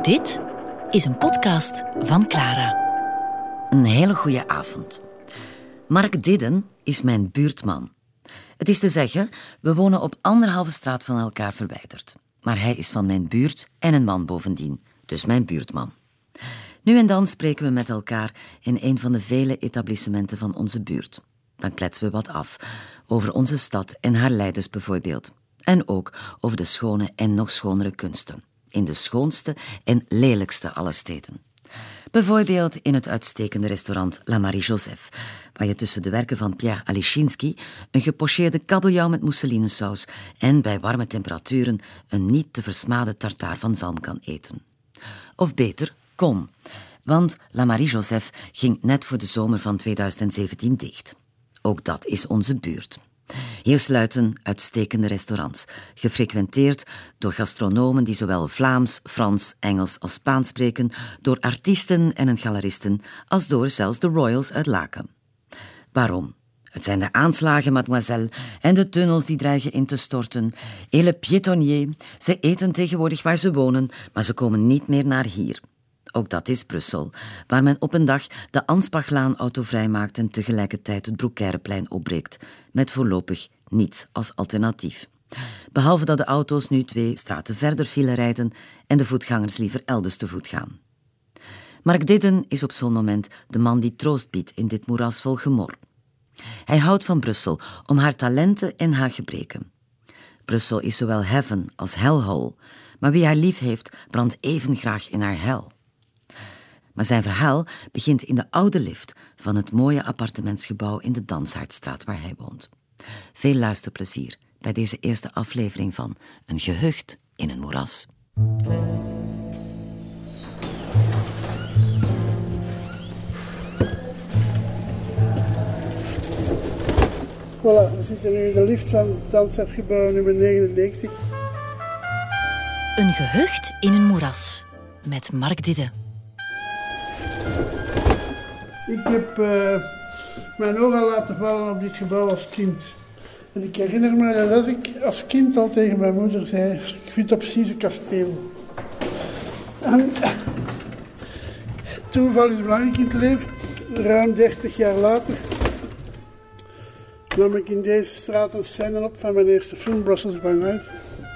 Dit is een podcast van Clara. Een hele goede avond. Mark Didden is mijn buurtman. Het is te zeggen, we wonen op 1,5 straat van elkaar verwijderd. Maar hij is van mijn buurt en een man bovendien, dus mijn buurtman. Nu en dan spreken we met elkaar in een van de vele etablissementen van onze buurt. Dan kletsen we wat af over onze stad en haar leiders bijvoorbeeld. En ook over de schone en nog schonere kunsten. In de schoonste en lelijkste aller steden. Bijvoorbeeld in het uitstekende restaurant La Marie-Joseph, waar je tussen de werken van Pierre Alishinsky een gepocheerde kabeljauw met mousseline-saus en bij warme temperaturen een niet te versmaden tartaar van zalm kan eten. Of beter, kom, want La Marie-Joseph ging net voor de zomer van 2017 dicht. Ook dat is onze buurt. Hier sluiten uitstekende restaurants, gefrequenteerd door gastronomen die zowel Vlaams, Frans, Engels als Spaans spreken, door artiesten en galeristen, als door zelfs de royals uit Laken. Waarom? Het zijn de aanslagen, mademoiselle, en de tunnels die dreigen in te storten. Et le piétonnier, ze eten tegenwoordig waar ze wonen, maar ze komen niet meer naar hier. Ook dat is Brussel, waar men op een dag de Ansbachlaan autovrij maakt en tegelijkertijd het Broekkeireplein opbreekt, met voorlopig niets als alternatief. Behalve dat de auto's nu 2 straten verder file rijden en de voetgangers liever elders te voet gaan. Mark Didden is op zo'n moment de man die troost biedt in dit moeras vol gemor. Hij houdt van Brussel om haar talenten en haar gebreken. Brussel is zowel heaven als hellhole, maar wie haar lief heeft, brandt even graag in haar hel. Maar zijn verhaal begint in de oude lift van het mooie appartementsgebouw in de Dansaardstraat waar hij woont. Veel luisterplezier bij deze eerste aflevering van Een gehucht in een moeras. Voilà, we zitten nu in de lift van het Dansaardgebouw nummer 99. Een gehucht in een moeras met Mark Didden. Ik heb mijn ogen al laten vallen op dit gebouw als kind. En ik herinner me dat ik als kind al tegen mijn moeder zei, ik vind dat precies een kasteel. En toeval is belangrijk in het leven. Ruim 30 jaar later nam ik in deze straat een scène op van mijn eerste film, Brussels by Night.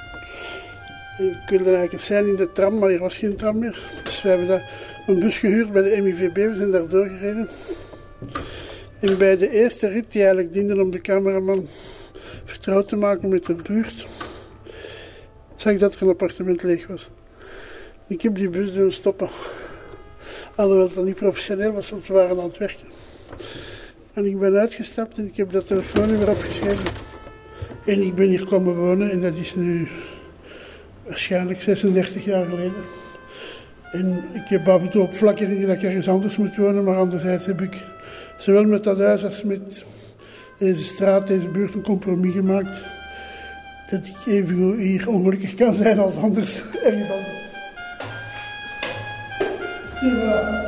Ik wilde eigenlijk een scène in de tram, maar er was geen tram meer. Dus we hebben daar een bus gehuurd bij de MIVB, we zijn daar doorgereden. En bij de eerste rit, die eigenlijk diende om de cameraman vertrouwd te maken met de buurt, zag ik dat er een appartement leeg was. Ik heb die bus doen stoppen. Alhoewel dat niet professioneel was, want we waren aan het werken. En ik ben uitgestapt en ik heb dat telefoonnummer opgeschreven. En ik ben hier komen wonen en dat is nu waarschijnlijk 36 jaar geleden. En ik heb af en toe op flakkeringen dat ik ergens anders moet wonen, maar anderzijds heb ik zowel met dat huis als met deze straat, deze buurt een compromis gemaakt. Dat ik even hier ongelukkig kan zijn als anders, ergens anders. Zie je wel.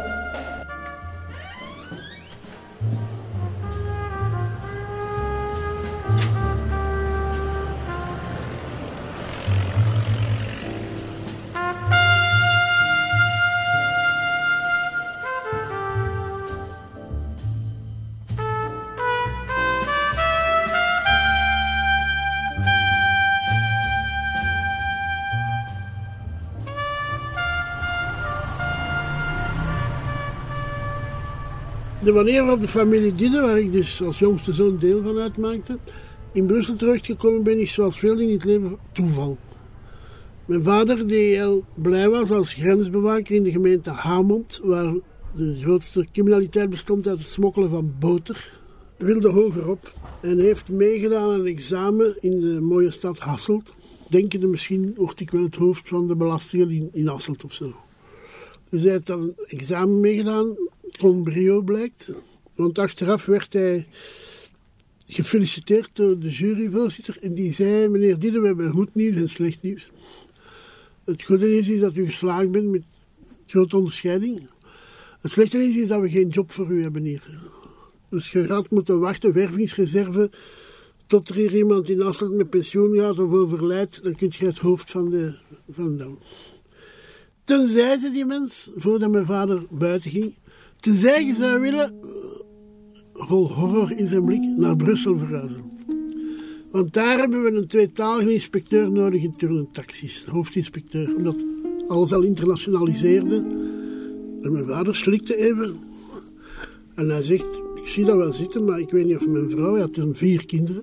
De manier waarop de familie Didden, waar ik dus als jongste zoon deel van uitmaakte, in Brussel terechtgekomen ben, is zoals veel in het leven toeval. Mijn vader, die heel blij was als grensbewaker in de gemeente Hamont, waar de grootste criminaliteit bestond uit het smokkelen van boter, wilde hogerop en heeft meegedaan aan een examen in de mooie stad Hasselt. Denkende misschien word ik wel het hoofd van de belastingen in Hasselt of zo. Dus hij heeft dan een examen meegedaan, con brio blijkt. Want achteraf werd hij gefeliciteerd door de juryvoorzitter. En die zei, meneer Didden, we hebben goed nieuws en slecht nieuws. Het goede nieuws is dat u geslaagd bent met grote onderscheiding. Het slechte nieuws is dat we geen job voor u hebben hier. Dus je gaat moeten wachten, wervingsreserve, tot er hier iemand in Hasselt met pensioen gaat of overlijdt. Dan kun je het hoofd van de Tenzij ze die mens, voordat mijn vader buiten ging, tenzij je zou willen, vol horror in zijn blik, naar Brussel verhuizen. Want daar hebben we een tweetalige inspecteur nodig in turnentaxis, hoofdinspecteur, omdat alles al internationaliseerde. En mijn vader slikte even en hij zegt, ik zie dat wel zitten, maar ik weet niet of mijn vrouw, hij had toen 4 kinderen,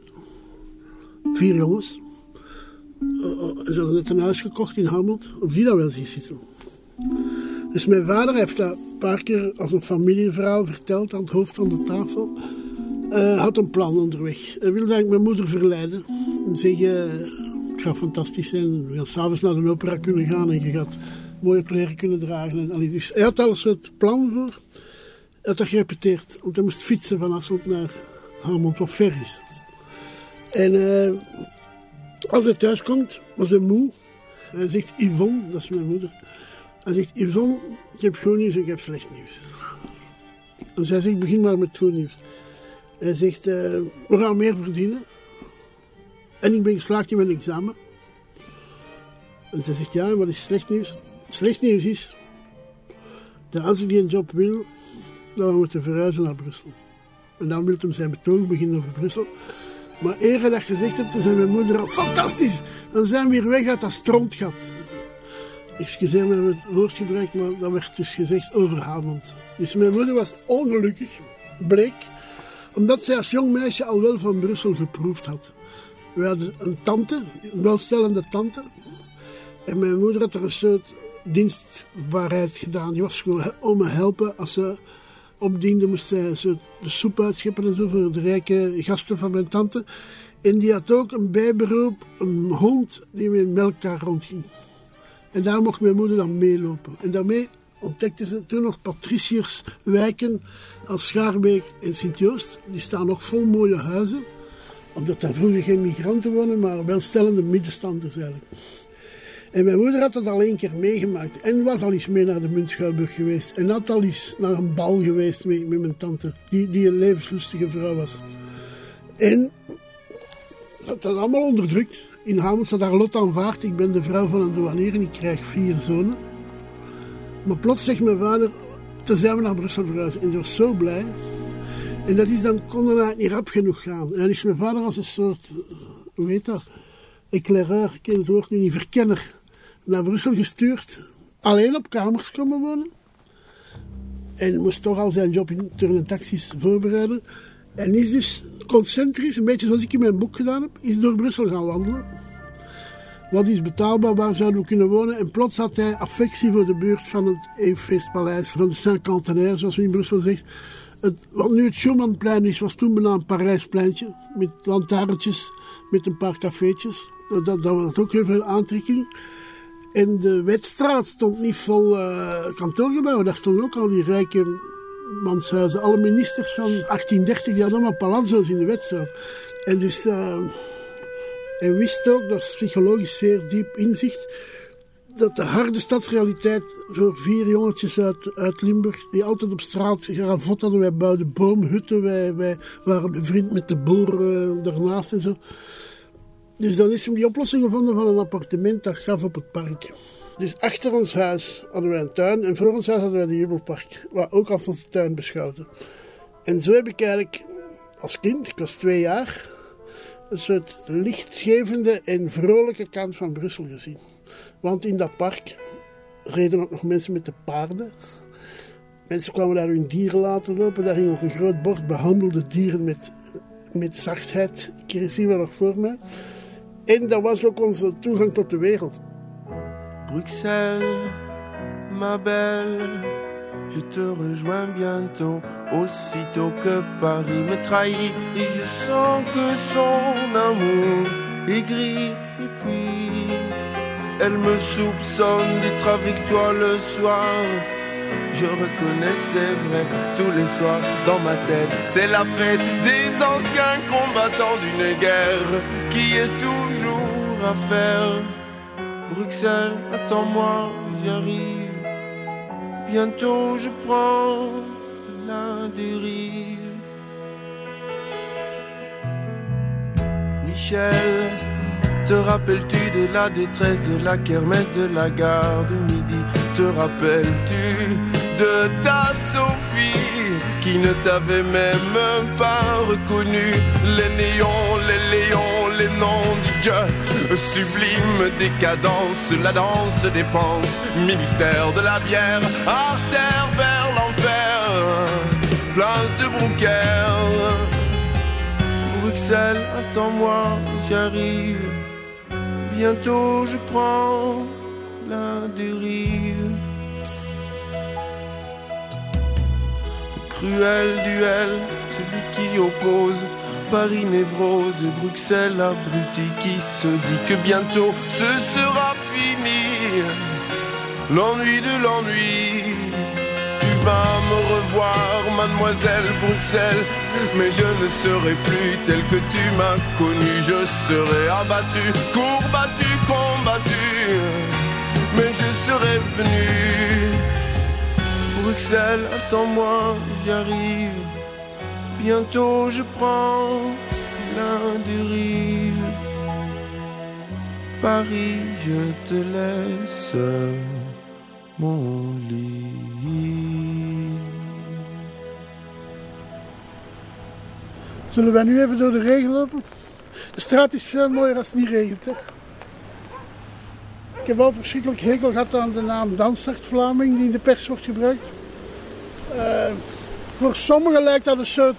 4 jongens. Ze hadden net een huis gekocht in Hamelt, of die dat wel ziet zitten. Dus mijn vader heeft dat een paar keer als een familieverhaal verteld aan het hoofd van de tafel. Had een plan onderweg. Hij wilde eigenlijk mijn moeder verleiden. En zeggen, het gaat fantastisch zijn. We gaan s'avonds naar de opera kunnen gaan en je gaat mooie kleren kunnen dragen. En, dus hij had al een soort plan voor. Hij had dat gerepeteerd. Want hij moest fietsen van Hasselt naar Hamelt, wat ver is. En als hij thuis komt, was hij moe. Hij zegt, Yvonne, dat is mijn moeder. Hij zegt, Yvonne, ik heb goed nieuws en ik heb slecht nieuws. En zij zegt, begin maar met goed nieuws. Hij zegt, we gaan meer verdienen. En ik ben geslaagd in mijn examen. En zij zegt, ja, en wat is slecht nieuws? Slecht nieuws is dat als ik die een job wil, dan we moeten verhuizen naar Brussel. En dan wil hij zijn betoog beginnen over Brussel. Maar eer je dat gezegd hebt, dan zei mijn moeder al, fantastisch! Dan zijn we weer weg uit dat strontgat. Excuseer me met het woordgebruik, maar dat werd dus gezegd over Hamelt. Dus mijn moeder was ongelukkig, bleek, omdat zij als jong meisje al wel van Brussel geproefd had. We hadden een tante, een welstellende tante. En mijn moeder had er een soort dienstbaarheid gedaan. Die was gewoon om me helpen. Als ze opdiende, moest zij zo de soep uitscheppen en zo voor de rijke gasten van mijn tante. En die had ook een bijberoep, een hond die met een melkkar rondging. En daar mocht mijn moeder dan meelopen. En daarmee ontdekten ze toen nog patricierswijken als Schaarbeek en Sint-Joost. Die staan nog vol mooie huizen. Omdat daar vroeger geen migranten wonen, maar welstellende middenstanders eigenlijk. En mijn moeder had dat al 1 keer meegemaakt. En was al eens mee naar de Muntschouwburg geweest. En had al eens naar een bal geweest met mijn tante. Die een levenslustige vrouw was. En ze had dat allemaal onderdrukt. In Hamelt zat haar lot aanvaard. Ik ben de vrouw van een douanier en ik krijg 4 zonen. Maar plots zegt mijn vader, toen zijn we naar Brussel verhuizen. En ze was zo blij. En dat is dan, kon dan eigenlijk niet rap genoeg gaan. En dan is mijn vader als een soort, hoe heet dat? Éclaireur, ik ken het woord nu niet, verkenner. Naar Brussel gestuurd. Alleen op kamers komen wonen. En moest toch al zijn job in turnentaxis voorbereiden. En is dus concentrisch, een beetje zoals ik in mijn boek gedaan heb, is door Brussel gaan wandelen. Wat is betaalbaar, waar zouden we kunnen wonen? En plots had hij affectie voor de buurt van het Eeuwfeestpaleis, van de Saint-Cantenaire, zoals we in Brussel zegt. Wat nu het Schumannplein is, was toen bijna een Parijspleintje. Met lantaarntjes, met een paar cafeetjes. Dat was ook heel veel aantrekking. En de Wetstraat stond niet vol kantoorgebouwen. Daar stonden ook al die rijke manshuizen. Alle ministers van 1830 die hadden allemaal palazzo's in de Wetstraat. En dus hij wist ook, dat is psychologisch zeer diep inzicht, dat de harde stadsrealiteit voor 4 jongetjes uit Limburg, die altijd op straat geravot hadden. Wij bouwden boomhutten, wij waren bevriend met de boer daarnaast en zo. Dus dan is hem die oplossing gevonden van een appartement dat gaf op het park. Dus achter ons huis hadden wij een tuin en voor ons huis hadden wij de Jubelpark, wat ook als onze tuin beschouwde. En zo heb ik eigenlijk als kind, ik was 2 jaar, een soort lichtgevende en vrolijke kant van Brussel gezien. Want in dat park reden ook nog mensen met de paarden. Mensen kwamen daar hun dieren laten lopen. Daar hing ook een groot bord, behandelde dieren met zachtheid. Ik zie we nog voor mij. En dat was ook onze toegang tot de wereld. Bruxelles, ma belle, je te rejoins bientôt, aussitôt que Paris me trahit, et je sens que son amour est gris, et puis elle me soupçonne d'être avec toi le soir. Je reconnais, c'est vrai, tous les soirs dans ma tête, c'est la fête des anciens combattants d'une guerre qui est toujours à faire. Bruxelles, attends-moi, j'arrive. Bientôt je prends la dérive. Michel, te rappelles-tu de la détresse de la kermesse de la gare de midi? Te rappelles-tu de ta Sophie qui ne t'avait même pas reconnu? Les néons, les léons, les noms du Dieu sublime décadence, la danse des penses, ministère de la bière, artère vers l'enfer, place de Brouckère. Bruxelles, attends-moi, j'arrive. Bientôt je prends la dérive. Le cruel duel, celui qui oppose Paris névrose et Bruxelles abruti, qui se dit que bientôt ce sera fini. L'ennui de l'ennui. Tu vas me revoir, mademoiselle Bruxelles, mais je ne serai plus tel que tu m'as connu. Je serai abattu, courbattu, combattu, mais je serai venu. Bruxelles, attends-moi, j'arrive. Bientôt je prends la dérive. Paris, je te laisse mon lit. Zullen wij nu even door de regen lopen? De straat is veel mooier als het niet regent. Hè? Ik heb wel verschrikkelijk hekel gehad aan de naam Dansaert-Vlaming die in de pers wordt gebruikt. Voor sommigen lijkt dat een soort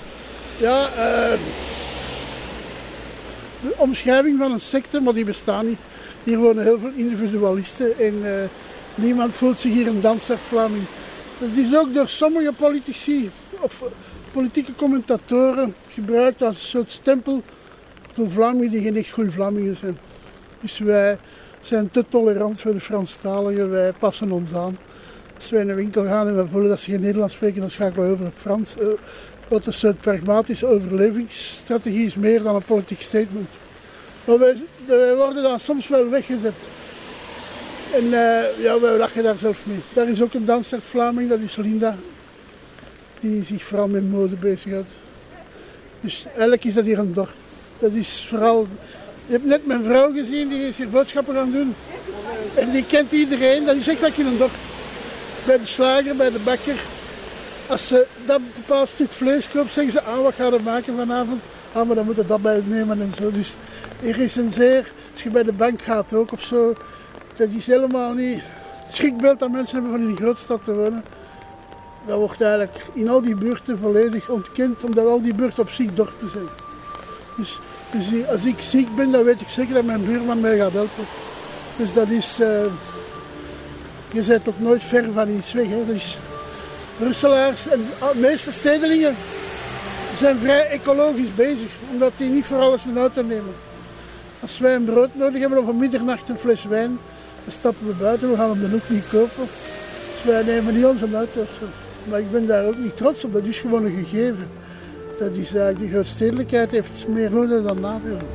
de omschrijving van een secte, maar die bestaan niet. Hier wonen heel veel individualisten en niemand voelt zich hier een Dansaert-Vlaming. Dat is ook door sommige politici of politieke commentatoren gebruikt als een soort stempel voor Vlamingen die geen echt goede Vlamingen zijn. Dus wij zijn te tolerant voor de Franstaligen, wij passen ons aan. Als wij in een winkel gaan en we voelen dat ze geen Nederlands spreken, dan schakelen we over naar Frans. Wat een soort pragmatische overlevingsstrategie is, meer dan een politiek statement. Maar wij worden dan soms wel weggezet. En wij lachen daar zelf mee. Daar is ook een Dansaert-Vlaming, dat is Linda, die zich vooral met mode bezighoudt. Dus eigenlijk is dat hier een dorp. Dat is vooral... Je hebt net mijn vrouw gezien, die is hier boodschappen gaan doen. En die kent iedereen, dat is echt like in een dorp. Bij de slager, bij de bakker. Als ze dat bepaald stuk vlees koopt, zeggen ze, wat gaan we maken vanavond? Maar dan moeten we dat bij nemen en zo. Dus hier is een zeer, als je bij de bank gaat ook of zo, dat is helemaal niet het schrikbeeld dat mensen hebben van in een grootstad te wonen. Dat wordt eigenlijk in al die buurten volledig ontkend, omdat al die buurten op zich dorpen zijn. Dus als ik ziek ben, dan weet ik zeker dat mijn buurman mij gaat helpen. Dus dat is... je bent ook nooit ver van iets weg. Hè. Dus Brusselaars en de meeste stedelingen zijn vrij ecologisch bezig, omdat die niet voor alles een auto nemen. Als wij een brood nodig hebben of om middernacht een fles wijn, dan stappen we buiten, we gaan hem dan ook niet kopen. Dus wij nemen niet onze auto's. Maar ik ben daar ook niet trots op, dat is gewoon een gegeven. Dat is eigenlijk, die grootstedelijkheid heeft meer voordelen dan nadelen.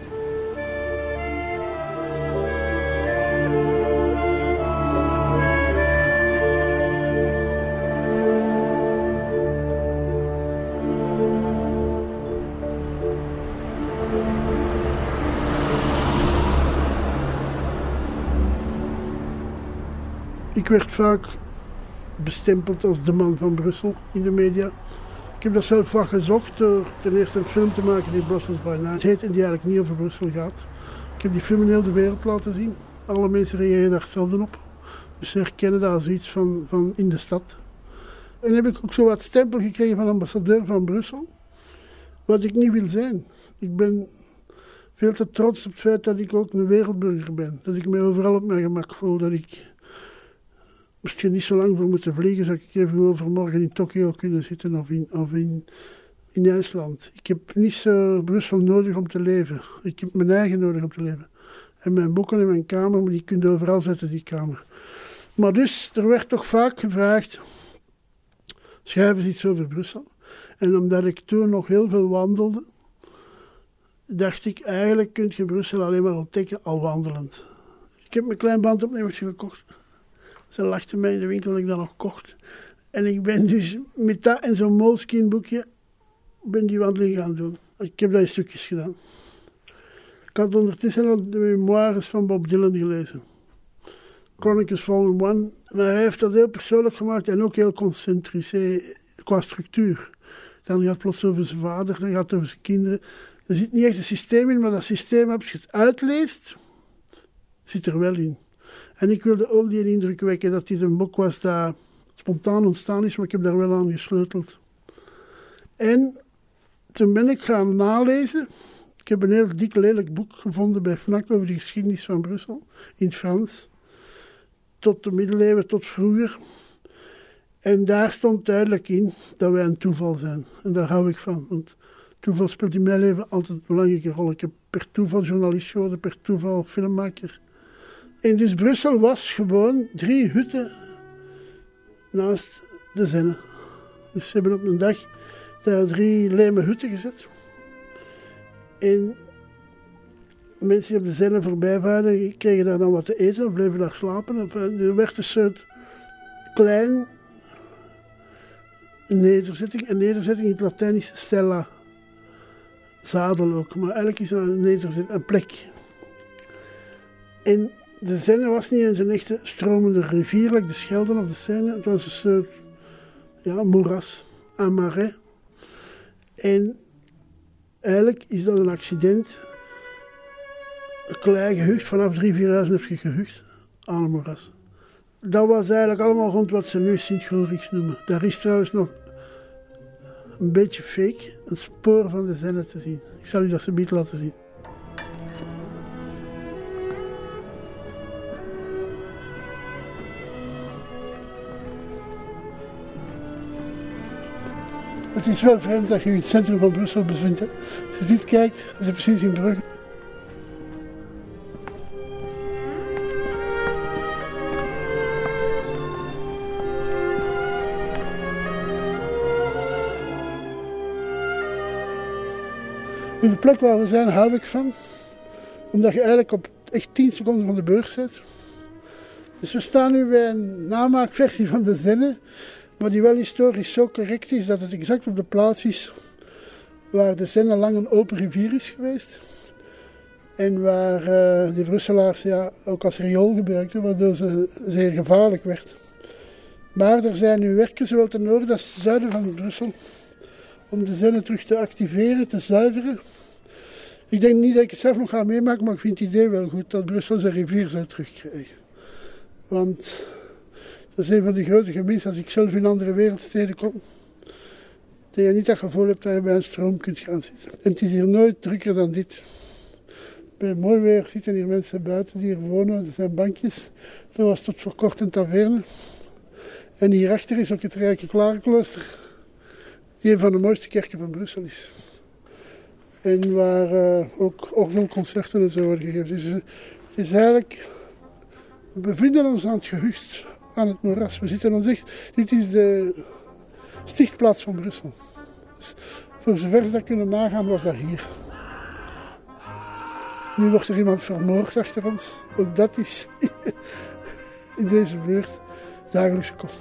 Ik werd vaak bestempeld als de man van Brussel in de media. Ik heb dat zelf wat gezocht door ten eerste een film te maken die Brussels by Night heet en die eigenlijk niet over Brussel gaat. Ik heb die film in heel de wereld laten zien. Alle mensen reageren daar hetzelfde op. Dus ze herkennen dat als iets van in de stad. En dan heb ik ook zo wat stempel gekregen van ambassadeur van Brussel. Wat ik niet wil zijn. Ik ben veel te trots op het feit dat ik ook een wereldburger ben. Dat ik me overal op mijn gemak voel. Dat ik... Moest je niet zo lang voor moeten vliegen, zou ik even overmorgen in Tokio kunnen zitten of in IJsland. Ik heb niet zo Brussel nodig om te leven. Ik heb mijn eigen nodig om te leven. En mijn boeken in mijn kamer, maar die kun je overal zetten, die kamer. Maar dus, er werd toch vaak gevraagd, schrijf eens iets over Brussel. En omdat ik toen nog heel veel wandelde, dacht ik, eigenlijk kun je Brussel alleen maar ontdekken al wandelend. Ik heb mijn klein bandopnemertje gekocht. Ze lachten mij in de winkel dat ik dat nog kocht. En ik ben dus met dat en zo'n Moleskine boekje die wandeling gaan doen. Ik heb dat in stukjes gedaan. Ik had ondertussen ook de memoires van Bob Dylan gelezen. Chronicles Volume 1. Maar hij heeft dat heel persoonlijk gemaakt en ook heel concentrisch qua structuur. Dan gaat het plots over zijn vader, dan gaat het over zijn kinderen. Er zit niet echt een systeem in, maar dat systeem, als je het uitleest, zit er wel in. En ik wilde ook die indruk wekken dat dit een boek was dat spontaan ontstaan is, maar ik heb daar wel aan gesleuteld. En toen ben ik gaan nalezen. Ik heb een heel dik, lelijk boek gevonden bij Fnac over de geschiedenis van Brussel, in het Frans. Tot de middeleeuwen, tot vroeger. En daar stond duidelijk in dat wij een toeval zijn. En daar hou ik van, want toeval speelt in mijn leven altijd een belangrijke rol. Ik heb per toeval journalist geworden, per toeval filmmaker. En dus Brussel was gewoon 3 hutten naast de Zenne. Dus ze hebben op een dag daar 3 leme hutten gezet. En mensen die op de Zenne voorbij waren, kregen daar dan wat te eten, bleven daar slapen. Er werd een soort klein nederzetting. Een nederzetting in het Latijn is cella. Zadel ook, maar eigenlijk is dat een nederzetting, een plek. En de Zenne was niet eens een echte stromende rivier, like de Schelde of de Seine. Het was een soort moeras, een marais. En eigenlijk is dat een accident. Een klein gehucht, vanaf 3.000-4.000 heb je gehucht aan een moeras. Dat was eigenlijk allemaal rond wat ze nu Sint-Gulrix noemen. Daar is trouwens nog een beetje fake, een spoor van de Zenne te zien. Ik zal u dat zometeen laten zien. Het is wel vreemd dat je in het centrum van Brussel bevindt. Hè. Als je dit kijkt, is het precies in Brugge. Nu, de plek waar we zijn hou ik van, omdat je eigenlijk op echt 10 seconden van de brug zit. Dus we staan nu bij een namaakversie van de Zenne, maar die wel historisch zo correct is dat het exact op de plaats is waar de Zenne lang een open rivier is geweest. En waar de Brusselaars ook als riool gebruikten, waardoor ze zeer gevaarlijk werd. Maar er zijn nu werken, zowel ten noorden als ten zuiden van Brussel, om de Zenne terug te activeren, te zuiveren. Ik denk niet dat ik het zelf nog ga meemaken, maar ik vind het idee wel goed dat Brussel zijn rivier zou terugkrijgen. Want dat is een van de grote gemissen als ik zelf in andere wereldsteden kom. Dat je niet dat gevoel hebt dat je bij een stroom kunt gaan zitten. En het is hier nooit drukker dan dit. Bij mooi weer zitten hier mensen buiten die hier wonen. Er zijn bankjes. Er was tot voor kort een taverne. En hierachter is ook het Rijke Klarenklooster. Die een van de mooiste kerken van Brussel is. En waar ook orgelconcerten en zo worden gegeven. Dus het is eigenlijk... We bevinden ons aan het gehucht, aan het moeras. We zitten ons echt... Dit is de stichtplaats van Brussel. Dus voor zover ze dat kunnen nagaan, was dat hier. Nu wordt er iemand vermoord achter ons. Ook dat is in deze buurt dagelijkse kost.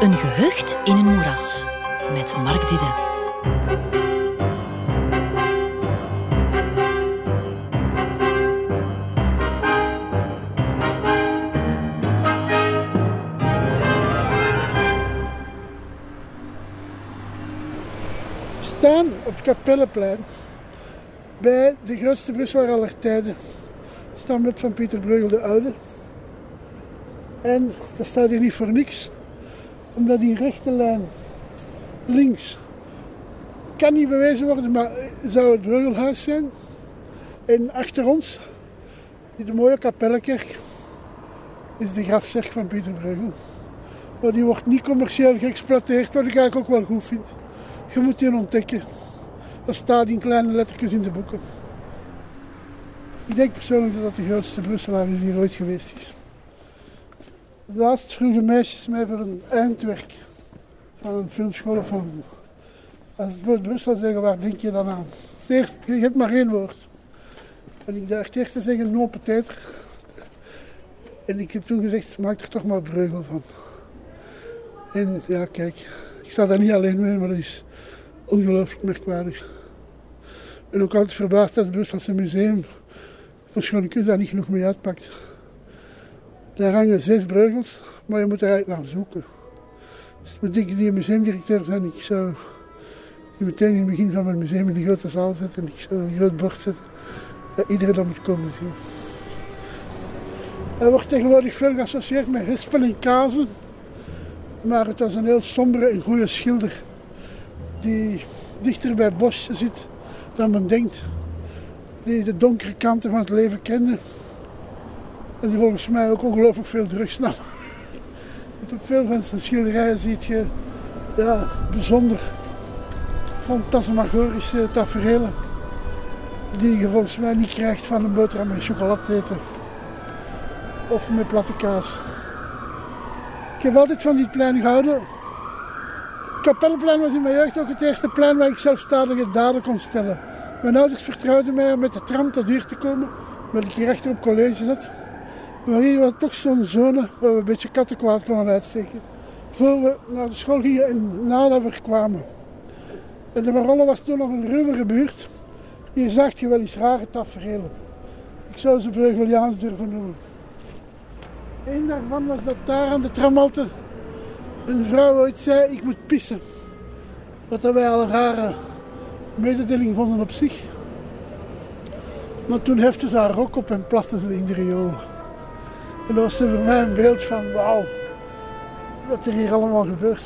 Een gehucht in een moeras. Met Mark Didde. We staan op het Kapelleplein bij de grootste Brusselaar aller tijden. Standbeeld van Pieter Bruegel de Oude. En dat staat hier niet voor niks, omdat die rechte lijn links kan niet bewezen worden, maar zou het Breugelhuis zijn. En achter ons, in de mooie Kapellenkerk, is de grafzerk van Pieter Bruegel. Maar die wordt niet commercieel geëxploiteerd, wat ik eigenlijk ook wel goed vind. Je moet die ontdekken. Dat staat in kleine lettertjes in de boeken. Ik denk persoonlijk dat dat de grootste Brusselaar is die ooit geweest is. Laatst vroegen meisjes mij voor een eindwerk van een filmschool of van... Als het woord Brussel zeggen, waar denk je dan aan? Eerst, je hebt maar één woord. En ik dacht eerst te zeggen, non peut-être. En ik heb toen gezegd, maak er toch maar Bruegel van. En ja, kijk, ik sta daar niet alleen mee, maar dat is ongelooflijk merkwaardig. Ik ben ook altijd verbaasd dat het Brusselse museum, voor schone kunst, daar niet genoeg mee uitpakt. Daar hangen 6 Bruegels, maar je moet er eigenlijk naar zoeken. Dus het moet denken die museumdirecteur zijn. Ik zou die meteen in het begin van mijn museum in de grote zaal zetten. En ik zou een groot bord zetten dat iedereen dat moet komen zien. Hij wordt tegenwoordig veel geassocieerd met rispen en kazen. Maar het was een heel sombere en goede schilder. Die dichter bij Bosch zit dan men denkt. Die de donkere kanten van het leven kende. En die volgens mij ook ongelooflijk veel drugs nam. Op veel van zijn schilderijen ziet je bijzonder fantasmagorische taferelen. Die je volgens mij niet krijgt van een boterham met chocolade eten. Of met platte kaas. Ik heb altijd van dit plein gehouden. Het Kapelleplein was in mijn jeugd ook het eerste plein waar ik zelfstandige daden kon stellen. Mijn ouders vertrouwden mij om met de tram tot hier te komen, omdat ik hier achter op college zat. Maar hier was toch zo'n zone waar we een beetje kattenkwaad konden uitsteken. Voor we naar de school gingen en nadat we er kwamen. En de Marolle was toen nog een ruwere buurt. Hier zag je wel eens rare taferelen. Ik zou ze Breugeliaans durven noemen. Eén daarvan was dat daar aan de tramhalte een vrouw ooit zei, ik moet pissen. Wat wij al een rare mededeling vonden op zich. Maar toen hefte ze haar rok op en plaste ze in de riool. En dat was voor mij een beeld van, wauw, wat er hier allemaal gebeurt.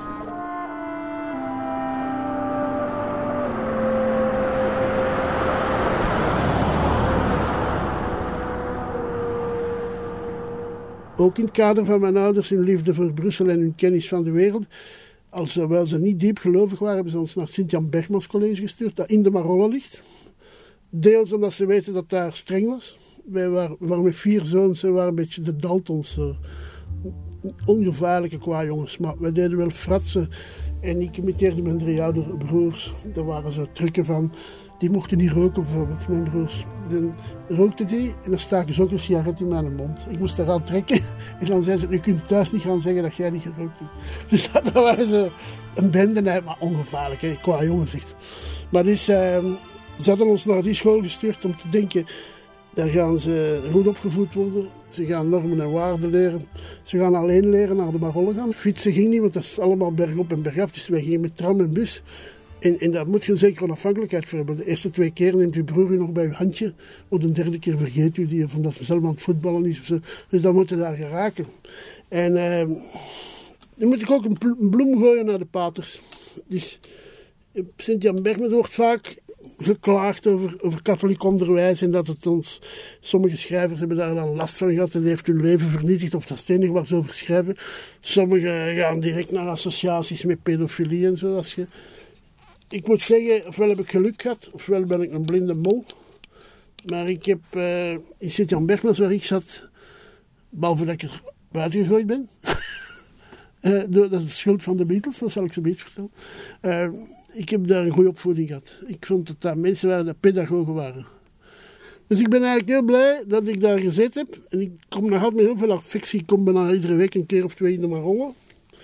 Ook in het kader van mijn ouders, hun liefde voor Brussel en hun kennis van de wereld, alhoewel ze niet diep gelovig waren, hebben ze ons naar het Sint-Jan Bergmans College gestuurd, dat in de Marolle ligt. Deels omdat ze weten dat daar streng was. Wij waren met 4 zoons, we waren een beetje de Daltons, ongevaarlijke kwajongens, maar wij deden wel fratsen. En ik imiteerde mijn 3 oudere broers. Daar waren zo trucken van, die mochten niet roken bijvoorbeeld, mijn broers. Dan rookten die en dan staken ze ook een sigaret in mijn mond. Ik moest eraan trekken en dan zei ze, nu kunt thuis niet gaan zeggen dat jij niet gerookt hebt. Dus dat waren ze een bende, maar ongevaarlijk, hè? Kwajongens echt. Maar dus, ze hadden ons naar die school gestuurd om te denken, daar gaan ze goed opgevoed worden. Ze gaan normen en waarden leren. Ze gaan alleen leren naar de Marolle gaan. Fietsen ging niet, want dat is allemaal bergop en bergaf. Dus wij gingen met tram en bus. En daar moet je een zekere onafhankelijkheid voor hebben. De eerste 2 keer neemt uw broer u nog bij uw handje. Want de 3e keer vergeet u die, of omdat hij zelf aan het voetballen is. Of zo. Dus dan moet je daar geraken. En dan moet ik ook een bloem gooien naar de paters. Dus Sint-Jan Bergmans wordt vaak geklaagd over katholiek onderwijs en dat het ons, sommige schrijvers hebben daar dan last van gehad en die heeft hun leven vernietigd of dat is het enige waar ze over schrijven. Sommigen gaan direct naar associaties met pedofilie en zo. Ik moet zeggen, ofwel heb ik geluk gehad, ofwel ben ik een blinde mol. Maar ik heb in Sint-Jan Bergmans waar ik zat, behalve dat ik er buiten gegooid ben, dat is de schuld van de Beatles, dat zal ik zo beetje vertellen. Ik heb daar een goede opvoeding gehad. Ik vond dat daar mensen waren die pedagogen waren. Dus ik ben eigenlijk heel blij dat ik daar gezeten heb. En ik kom nog altijd met heel veel affectie. Ik kom bijna iedere week een keer of 2 in de Marolle.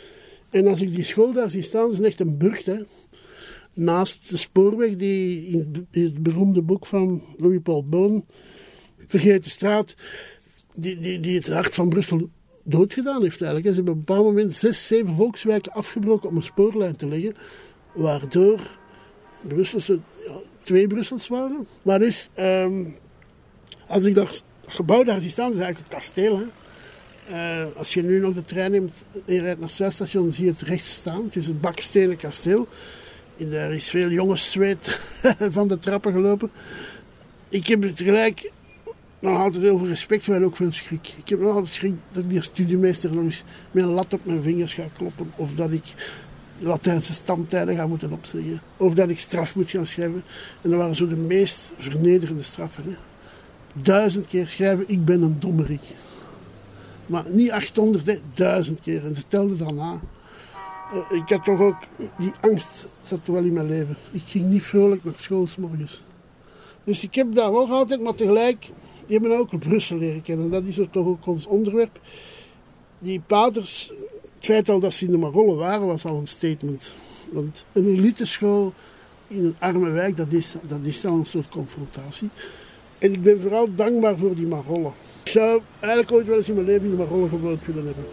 En als ik die school daar zie staan, is het echt een burcht. Hè. Naast de spoorweg die in het beroemde boek van Louis-Paul Boon, Vergeten straat, die het hart van Brussel doodgedaan heeft eigenlijk. Ze hebben op een bepaald moment 6, 7 volkswijken afgebroken om een spoorlijn te leggen, waardoor Brusselse, 2 Brussels waren. Maar dus, als ik dat gebouw daar zie staan, is het eigenlijk een kasteel. Hè. Als je nu nog de trein neemt en je rijdt naar het Zuidstation, zie je het rechts staan. Het is een bakstenen kasteel. En daar is veel jongenszweet van de trappen gelopen. Ik heb er tegelijk nog altijd heel veel respect voor en ook veel schrik. Ik heb nog altijd schrik dat ik die studiemeester nog eens met een lat op mijn vingers ga kloppen. Of dat ik Latijnse stamtijden ga moeten opzeggen. Of dat ik straf moet gaan schrijven. En dat waren zo de meest vernederende straffen. Hè. 1000 keer schrijven, ik ben een dommerik. Maar niet 800, hè, 1000 keer. En ze telden dan na. Ik had toch ook, die angst zat wel in mijn leven. Ik ging niet vrolijk naar school 's morgens. Dus ik heb daar nog altijd, maar tegelijk, die hebben ook Brussel leren kennen. Dat is er toch ook ons onderwerp. Die paters, het feit al dat ze in de Marollen waren, was al een statement. Want een eliteschool in een arme wijk, dat is dan een soort confrontatie. En ik ben vooral dankbaar voor die Marollen. Ik zou eigenlijk ooit wel eens in mijn leven in de Marollen gewoond willen hebben.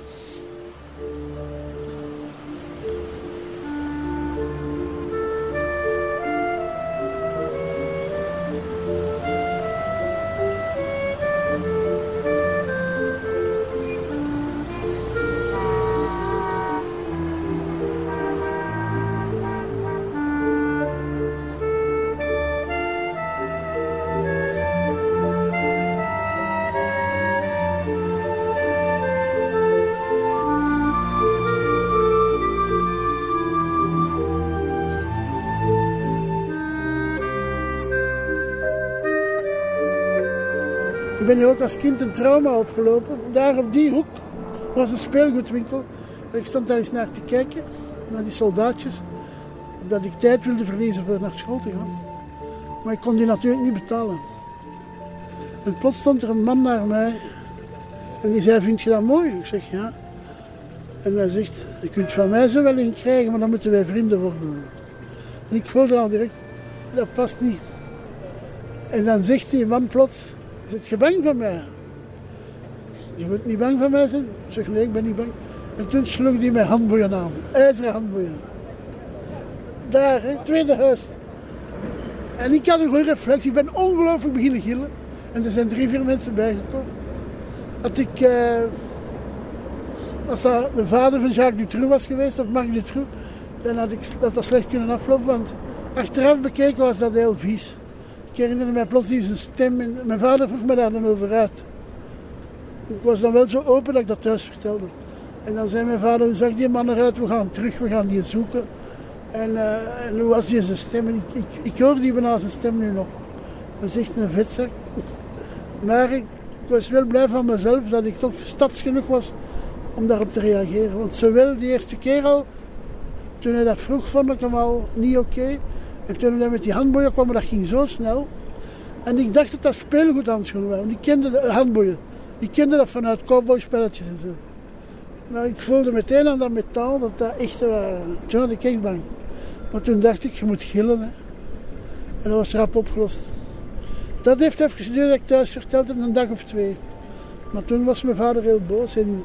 Ik ben hier ook als kind een trauma opgelopen. Daar op die hoek was een speelgoedwinkel. Ik stond daar eens naar te kijken, naar die soldaatjes. Omdat ik tijd wilde verliezen voor naar school te gaan. Maar ik kon die natuurlijk niet betalen. En plots stond er een man naar mij. En die zei, vind je dat mooi? Ik zeg, ja. En hij zegt, je kunt van mij zo wel een krijgen, maar dan moeten wij vrienden worden. En ik voelde al direct, dat past niet. En dan zegt die man plots, zit je bang van mij? Je moet niet bang van mij zijn? Ik zeg, nee, ik ben niet bang. En toen sloeg hij mij handboeien aan. IJzeren handboeien. Daar, hè, tweede huis. En ik had een goede reflex. Ik ben ongelooflijk beginnen gillen. En er zijn 3, 4 mensen bijgekomen. Als dat de vader van Jacques Dutroux was geweest, of Marc Dutroux, dan had ik dat slecht kunnen aflopen. Want achteraf bekeken was dat heel vies. Ik herinnerde mij plots zijn stem. En mijn vader vroeg me daar dan over uit. Ik was dan wel zo open dat ik dat thuis vertelde. En dan zei mijn vader, hoe zag die man eruit? We gaan terug, we gaan die zoeken. En hoe was die zijn stem? En ik hoor die bijna zijn stem nu nog. Dat is echt een vetzak. Maar ik was wel blij van mezelf dat ik toch stads genoeg was om daarop te reageren. Want zowel die eerste keer al, toen hij dat vroeg, vond ik hem al niet oké. En toen hij met die handboeien kwam, dat ging zo snel. En ik dacht dat dat speelgoedhandschoenen waren. Want ik kende de handboeien. Ik kende dat vanuit cowboyspelletjes en zo. Maar ik voelde meteen aan dat metaal dat dat echte waren. Toen had ik echt bang. Maar toen dacht ik, je moet gillen. Hè. En dat was rap opgelost. Dat heeft even geduurd dat ik thuis verteld heb, een dag of 2. Maar toen was mijn vader heel boos. En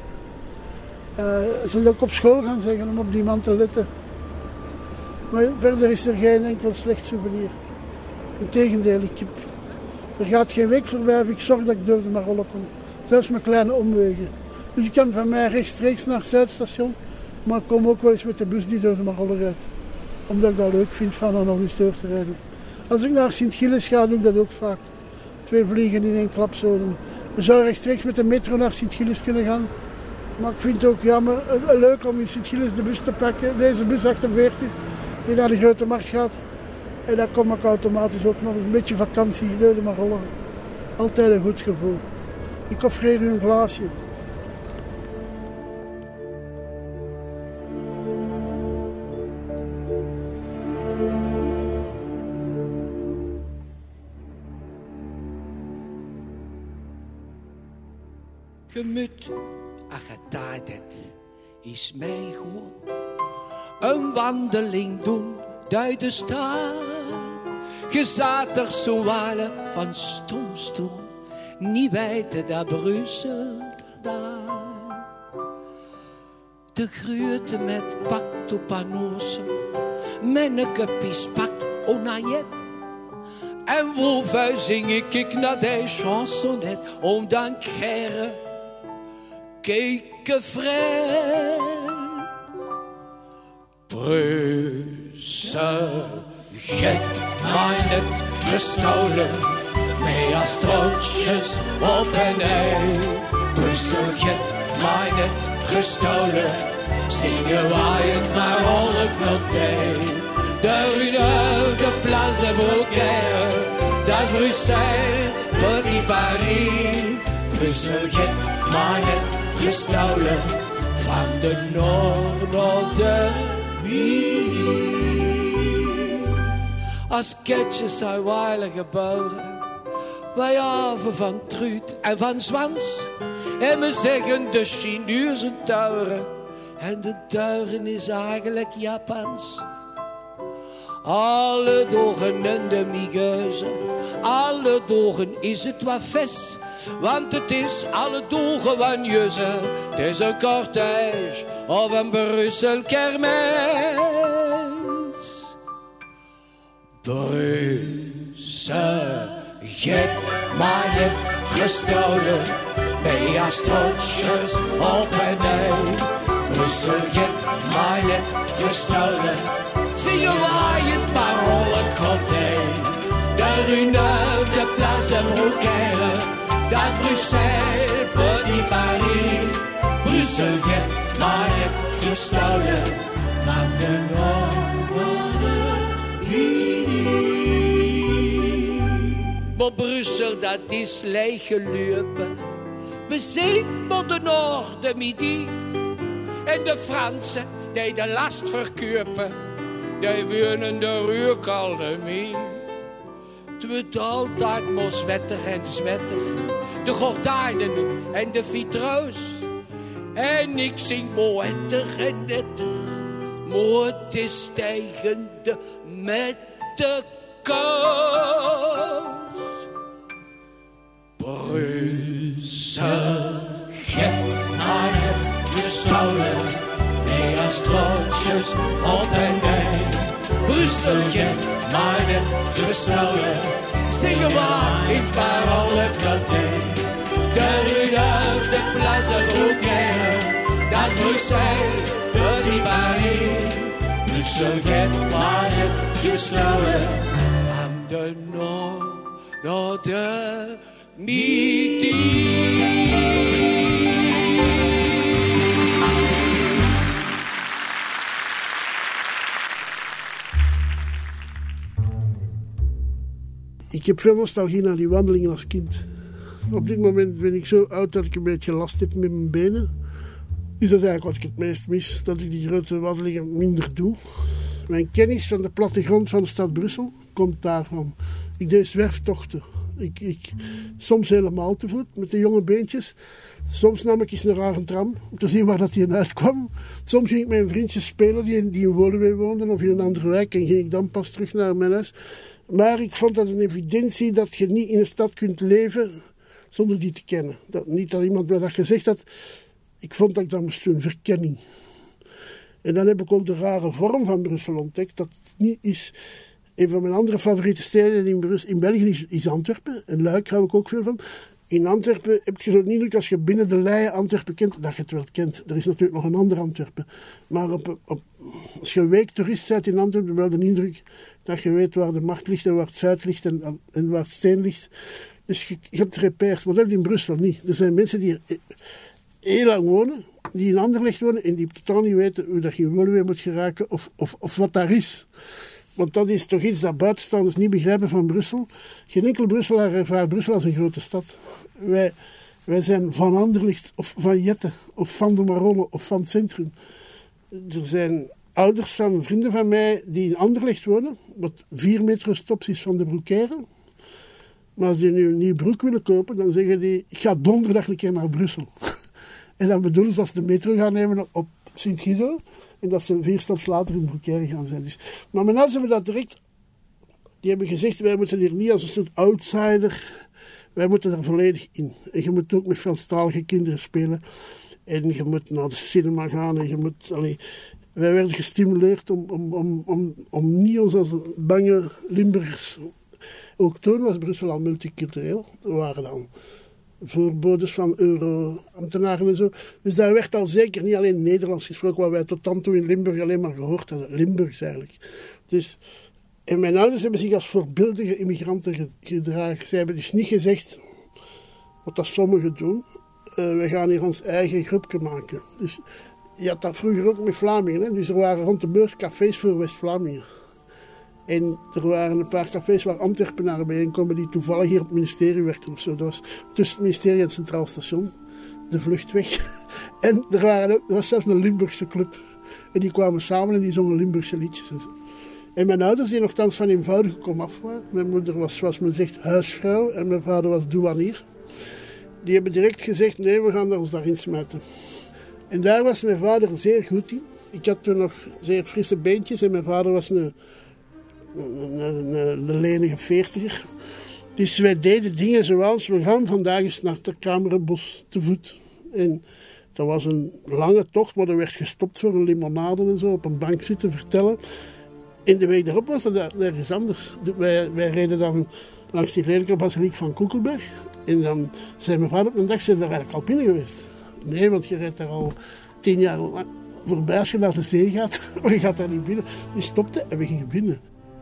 ze is ook op school gaan zeggen om op die man te letten. Maar verder is er geen enkel slecht souvenir. Integendeel, er gaat geen week voorbij of ik zorg dat ik door de Marollen kom. Zelfs met kleine omwegen. Dus ik kan van mij rechtstreeks naar het Zuidstation, maar ik kom ook wel eens met de bus die door de Marollen rijdt. Omdat ik dat leuk vind van er nog eens door te rijden. Als ik naar Sint-Gilles ga, doe ik dat ook vaak. 2 vliegen in 1 klap zo. We zouden rechtstreeks met de metro naar Sint-Gilles kunnen gaan. Maar ik vind het ook jammer, leuk om in Sint-Gilles de bus te pakken. Deze bus 48, die naar de Grote Markt gaat. En dan kom ik automatisch ook nog een beetje vakantie door de Marollen. Altijd een goed gevoel. Ik offreer u een glaasje. Je moet, als je tijd hebt, is mij gewoon een wandeling doen door de stad. Gezatig zo'n walen van stomstoel, niet weten dat Brussel daar. De gruute met pakt op panozen, menneke pies pakt onayet. En woevuil zing ik naar de chansonnet, om dan keren, keken vrij. Brussel, get mij net gestolen, mee als trotjes op en ei. Brussel, get mij net gestolen, zingen wij het maar al het noté. De rue de Place de Beaucaire, dat is Bruxelles, Petit Paris. Brussel, get mij net gestolen, van de noord naar de midi. Als ketjes zijn weilen geboren, wij haven van truut en van zwans. En we zeggen de Chinezen tuigen, en de tuigen is eigenlijk Japans. Alle dagen en de migeuze, alle dagen is het wat ves. Want het is alle dagen wanneuse, het is een cortège of een Brussel kermis. Brussel, get mij net gestolen, mee als trotjes op en ei. Brussel, get mij net gestolen, zingen wij het maar rollen côté. De rue Neuve, de Place de Beaucaire, dat is Bruxelles, Petit Paris. Brussel, get mij net gestolen, van de noord naar de midi. Maar Brussel, dat is leeg gelopen. We zijn maar de noord, de midi. En de Fransen, die de last verkopen, die wonen de Ruurkaldemie. Het wordt altijd maar zwettig en zwettig, de gordijnen en de vitroos. En ik zing moettig en nettig, maar het is tegen de mette koos. Brussel, get mij net gestolen, mee als trotjes op en ei. Brussel, get mij net gestolen, zingen wij in parolle côté. De rue Neuve, de Place de Beaucaire, dat is Bruxelles, Petit Paris. Brussel, get mij net gestolen, van de noord naar de midi. Ik heb veel nostalgie naar die wandelingen als kind. Op dit moment ben ik zo oud dat ik een beetje last heb met mijn benen. Dus dat is eigenlijk wat ik het meest mis, dat ik die grote wandelingen minder doe. Mijn kennis van de plattegrond van de stad Brussel komt daarvan. Ik deed zwerftochten. Soms helemaal te voet, met de jonge beentjes. Soms nam ik eens een rare tram, om te zien waar dat hier uitkwam. Soms ging ik met een vriendje spelen die in Woluwe woonden of in een andere wijk en ging ik dan pas terug naar mijn huis. Maar ik vond dat een evidentie dat je niet in een stad kunt leven zonder die te kennen. Niet dat iemand mij dat gezegd had. Ik vond dat ik dat moest doen, verkenning. En dan heb ik ook de rare vorm van Brussel ontdekt. Dat niet is... Een van mijn andere favoriete steden in België is Antwerpen. En Luik hou ik ook veel van. In Antwerpen heb je zo'n indruk, als je binnen de leien Antwerpen kent, dat je het wel kent. Er is natuurlijk nog een ander Antwerpen. Maar als je een week toerist bent in Antwerpen, heb je wel de indruk dat je weet waar de markt ligt en waar het zuid ligt en waar het steen ligt. Dus je hebt repères, maar dat in Brussel niet. Er zijn mensen die heel lang wonen, die in Anderlecht wonen en die totaal niet weten hoe dat je in Woluwe moet geraken of wat daar is. Want dat is toch iets dat buitenstaanders niet begrijpen van Brussel. Geen enkel Brusselaar ervaart Brussel als een grote stad. Wij zijn van Anderlecht of van Jette of van de Marollen of van het centrum. Er zijn ouders van vrienden van mij die in Anderlecht wonen, wat 4 meter stops is van de Broekaire. Maar als die nu een nieuw broek willen kopen, dan zeggen die, ik ga donderdag een keer naar Brussel. En dan bedoelen ze als ze de metro gaan nemen op Sint-Guido, En dat ze 4 staps later in Broekère gaan zijn. Dus, maar mijn ouders hebben dat direct... Die hebben gezegd, wij moeten hier niet als een soort outsider... Wij moeten daar volledig in. En je moet ook met Franstalige kinderen spelen. En je moet naar de cinema gaan. En je moet... wij werden gestimuleerd om niet ons als bange Limburgers... Ook toen was Brussel al multicultureel. Er waren dan voorbodes van euro-ambtenaren en zo. Dus daar werd al zeker niet alleen Nederlands gesproken, wat wij tot dan toe in Limburg alleen maar gehoord hadden. Limburgs eigenlijk. Dus, en mijn ouders hebben zich als voorbeeldige immigranten gedragen. Ze hebben dus niet gezegd, wat dat sommigen doen, we gaan hier ons eigen groepje maken. Dus je had dat vroeger ook met Vlamingen. Hè? Dus er waren rond de beurs cafés voor West-Vlamingen. En er waren een paar cafés waar Antwerpenaren bijeenkomen die toevallig hier op het ministerie werkten of zo. Dat was tussen het ministerie en het Centraal Station, de vluchtweg. En er was zelfs een Limburgse club. En die kwamen samen en die zongen Limburgse liedjes en zo. En mijn ouders, die nogthans van eenvoudige komaf waren. Mijn moeder was, zoals men zegt, huisvrouw en mijn vader was douanier. Die hebben direct gezegd, nee, we gaan ons daarin smijten. En daar was mijn vader zeer goed in. Ik had toen nog zeer frisse beentjes en mijn vader was een lenige 40er. Dus wij deden dingen zoals, we gaan vandaag eens naar het Kamerenbos te voet. En dat was een lange tocht, maar er werd gestopt voor een limonade en zo, op een bank zitten vertellen. En de week daarop was dat nergens anders. Wij reden dan langs die lelijke basiliek van Koekelberg. En dan zei mijn vader op een dag, zijn daar eigenlijk al binnen geweest? Nee, want je rijdt daar al 10 jaar lang voorbij als je naar de zee gaat. Maar je gaat daar niet binnen. Die stopte en we gingen binnen.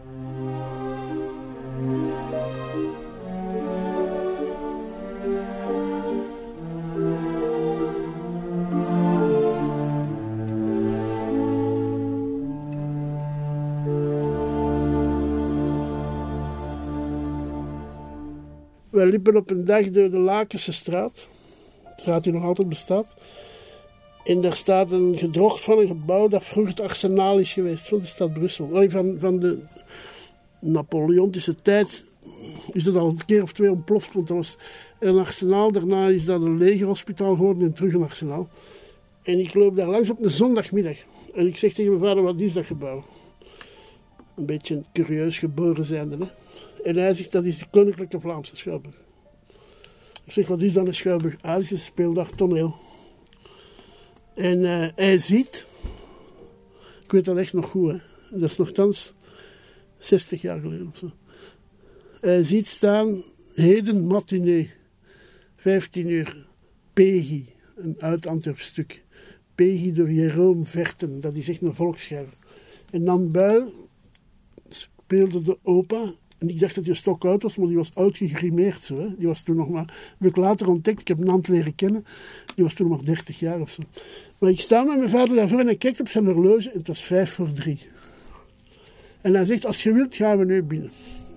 Wij liepen op een dag door de Lakense straat. De straat die nog altijd bestaat. En daar staat een gedrocht van een gebouw dat vroeger het arsenaal is geweest van de stad Brussel. Van de Napoleontische tijd is dat al een keer of 2 ontploft. Want dat was een arsenaal. Daarna is dat een legerhospitaal geworden en terug een arsenaal. En ik loop daar langs op een zondagmiddag. En ik zeg tegen mijn vader, wat is dat gebouw? Een beetje curieus geboren zijnde, hè. En hij zegt, dat is de Koninklijke Vlaamse Schouwburg. Ik zeg, wat is dan een Schouwburg? Ah, dat is een speeldag toneel. En hij ziet, ik weet dat echt nog goed, hè. Dat is nogthans 60 jaar geleden of zo. Hij ziet staan, heden matinee, 15 uur, Peggy, een uit-Antwerps stuk. Peggy door Jeroen Verten, dat is echt een volksschrijver. En Nan Buil speelde de opa. En ik dacht dat hij stokoud was, maar die was oud gegrimeerd. Zo, hè. Die was toen nog maar... heb ik later ontdekt, ik heb Nant leren kennen. Die was toen nog maar 30 jaar of zo. Maar ik sta met mijn vader daarvoor en hij kijkt op zijn horloge en het was 2:55. En hij zegt, als je wilt, gaan we nu binnen.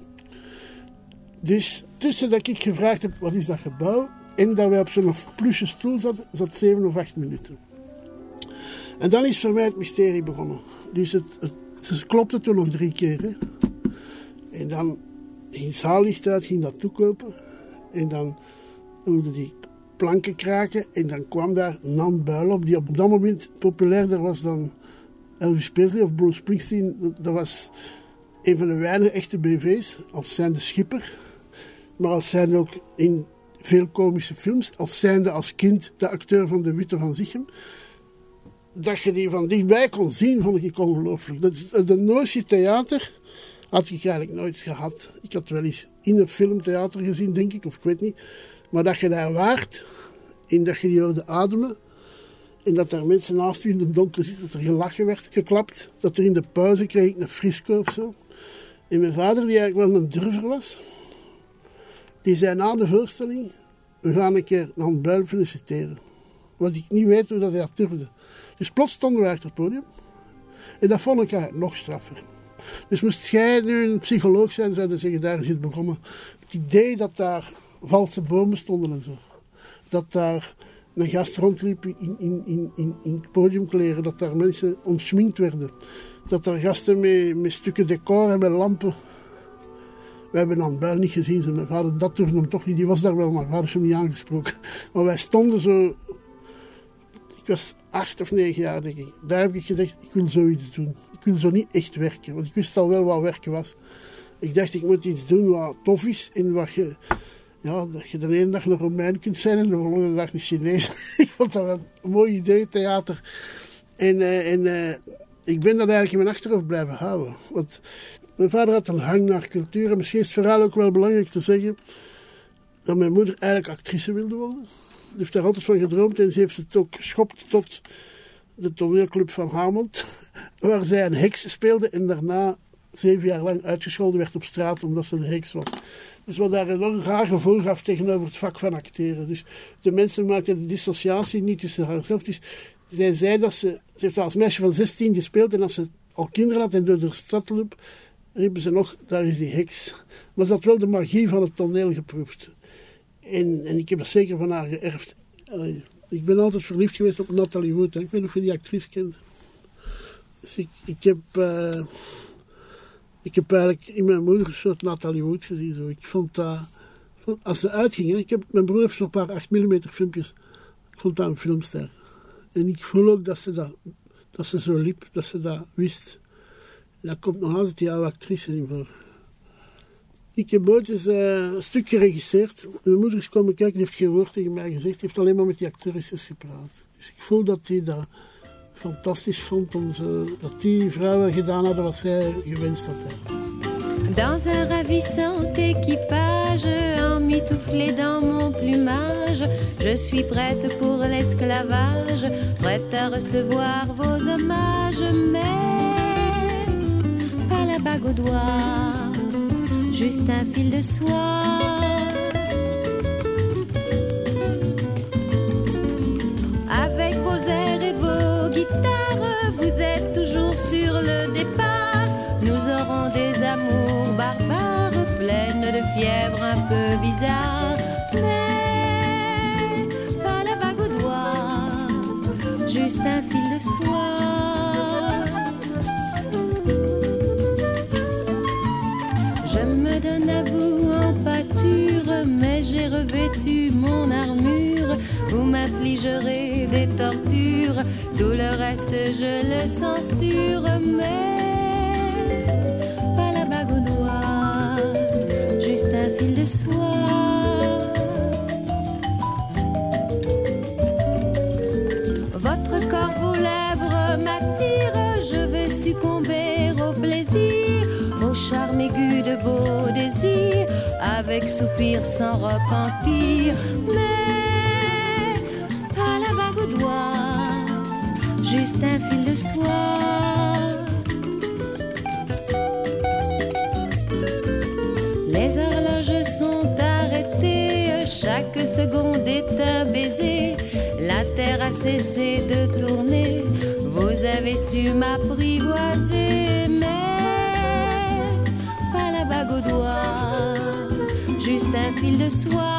Dus tussen dat ik gevraagd heb, wat is dat gebouw? En dat wij op zo'n plusje stoel zaten, zat 7 of 8 minuten. En dan is voor mij het mysterie begonnen. Dus ze klopte toen nog 3 keer, hè. En dan ging het zaallicht uit, ging dat toekopen. En dan hoorde die planken kraken. En dan kwam daar Nan Buil op, die op dat moment populairder was dan Elvis Presley of Bruce Springsteen. Dat was een van de weinige echte BV's, als zijnde schipper. Maar als zijnde ook in veel komische films. Als zijnde als kind de acteur van De Witte van Zichem. Dat je die van dichtbij kon zien, vond ik ongelooflijk. De notie theater had ik eigenlijk nooit gehad. Ik had wel eens in een filmtheater gezien, denk ik, of ik weet niet. Maar dat je daar waart en dat je die hoorde ademen. En dat daar mensen naast je in de donker zitten, dat er gelachen werd, geklapt. Dat er in de pauze kreeg ik een frisco of zo. En mijn vader, die eigenlijk wel een durver was, die zei na de voorstelling, we gaan een keer Nan Buil feliciteren. Want ik niet weet hoe dat hij dat durfde. Dus plots stonden we achter het podium. En dat vond ik eigenlijk nog straffer. Dus moest jij nu een psycholoog zijn, zouden zeggen, daar is het begonnen. Het idee dat daar valse bomen stonden en zo. Dat daar een gast rondliep in podiumkleren. Dat daar mensen ontschminkt werden. Dat daar gasten met stukken decor en met lampen. We hebben Nan Buil niet gezien. Mijn vader, dat durfde hem toch niet. Die was daar wel, maar mijn vader is hem niet aangesproken. Maar wij stonden zo... Ik was 8 of 9 jaar, denk ik. Daar heb ik gedacht, ik wil zoiets doen. Ik wil zo niet echt werken, want ik wist al wel wat werken was. Ik dacht, ik moet iets doen wat tof is en wat je... Ja, dat je de ene dag een Romein kunt zijn en de volgende dag een Chinees. Ik vond dat wel een mooi idee, theater. En ik ben dat eigenlijk in mijn achterhoofd blijven houden. Want mijn vader had een hang naar cultuur. En misschien is het verhaal ook wel belangrijk te zeggen dat mijn moeder eigenlijk actrice wilde worden. Ze heeft daar altijd van gedroomd en ze heeft het ook geschopt tot de toneelclub van Hamond, waar zij een heks speelde en daarna 7 jaar lang uitgescholden werd op straat omdat ze de heks was. Dus wat daar een enorm raar gevoel gaf tegenover het vak van acteren. Dus de mensen maakten de dissociatie niet tussen haarzelf. Dus zij zei dat ze heeft als meisje van 16 gespeeld en als ze al kinderen had en door de stad liep, riepen ze nog, daar is die heks. Maar ze had wel de magie van het toneel geproefd. En ik heb dat zeker van haar geërfd. Ik ben altijd verliefd geweest op Natalie Wood. Hè. Ik weet niet of je die actrice kent. Dus ik heb eigenlijk in mijn moeder een soort Natalie Wood gezien. Zo. Ik vond dat... Als ze uitging... Mijn broer heeft zo'n paar 8 mm filmpjes. Ik vond dat een filmster. En ik voel ook dat ze zo liep. Dat ze dat wist. En daar komt nog altijd die oude actrice in voor. Ik heb ooit eens een stuk geregisseerd. Mijn moeder is komen kijken en heeft geen woord tegen mij gezegd. Hij heeft alleen maar met die actrices gepraat. Dus ik voel dat hij dat fantastisch vond. Dat die vrouwen gedaan hadden wat zij gewenst had. Dans un ravissant équipage, emmitouflé dans mon plumage, je suis prête pour l'esclavage, prête à recevoir vos hommages, mais pas la bague au doigt, juste un fil de soie. Avec vos airs et vos guitares, vous êtes toujours sur le départ. Nous aurons des amours barbares, pleines de fièvre un peu bizarre, mais pas la bague au doigt, juste un fil de soie. Je me donne à vous en pâture, mais j'ai revêtu mon armure. Vous m'affligerez des tortures, tout le reste je le censure, mais pas la bague au doigt, juste un fil de soie. Votre corps, vos lèvres m'attirent, je vais succomber au plaisir, au charme aigu de vos désirs, avec soupir sans repentir, mais pas la bague au doigt, juste un fil de soie. Les horloges sont arrêtées, chaque seconde est un baiser. La terre a cessé de tourner, vous avez su m'apprivoiser, mais pas la bague au doigt, juste un fil de soie.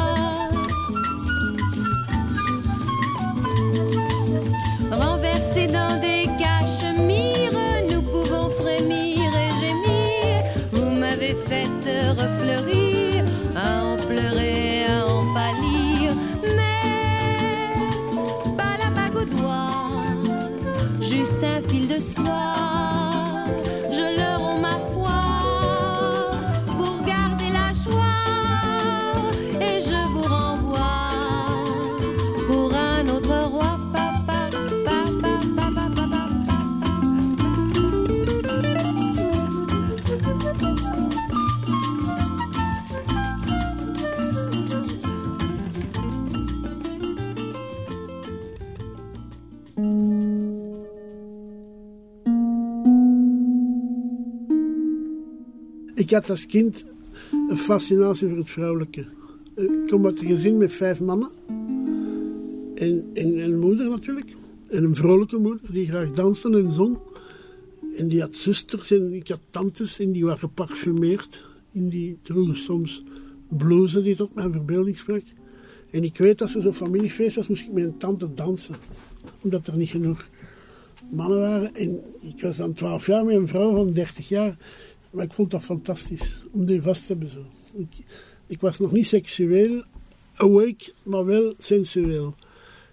Renversés dans des cachemires, nous pouvons frémir et gémir. Vous m'avez fait refleurir, à en pleurer, à en pâlir, mais pas la bague au doigt, juste un fil de soie. Je leur rends ma foi pour garder la joie, et je vous renvoie pour un autre roi. Ik had als kind een fascinatie voor het vrouwelijke. Ik kom uit een gezin met 5 mannen. En een moeder natuurlijk. En een vrolijke moeder die graag danste en zong. En die had zusters en ik had tantes en die waren geparfumeerd. En die droegen soms blouses die tot mijn verbeelding sprak. En ik weet dat ze zo'n familiefeest was, moest ik met een tante dansen. Omdat er niet genoeg mannen waren. En ik was dan 12 jaar met een vrouw van 30 jaar. Maar ik vond dat fantastisch, om die vast te hebben zo. Ik was nog niet seksueel awake, maar wel sensueel.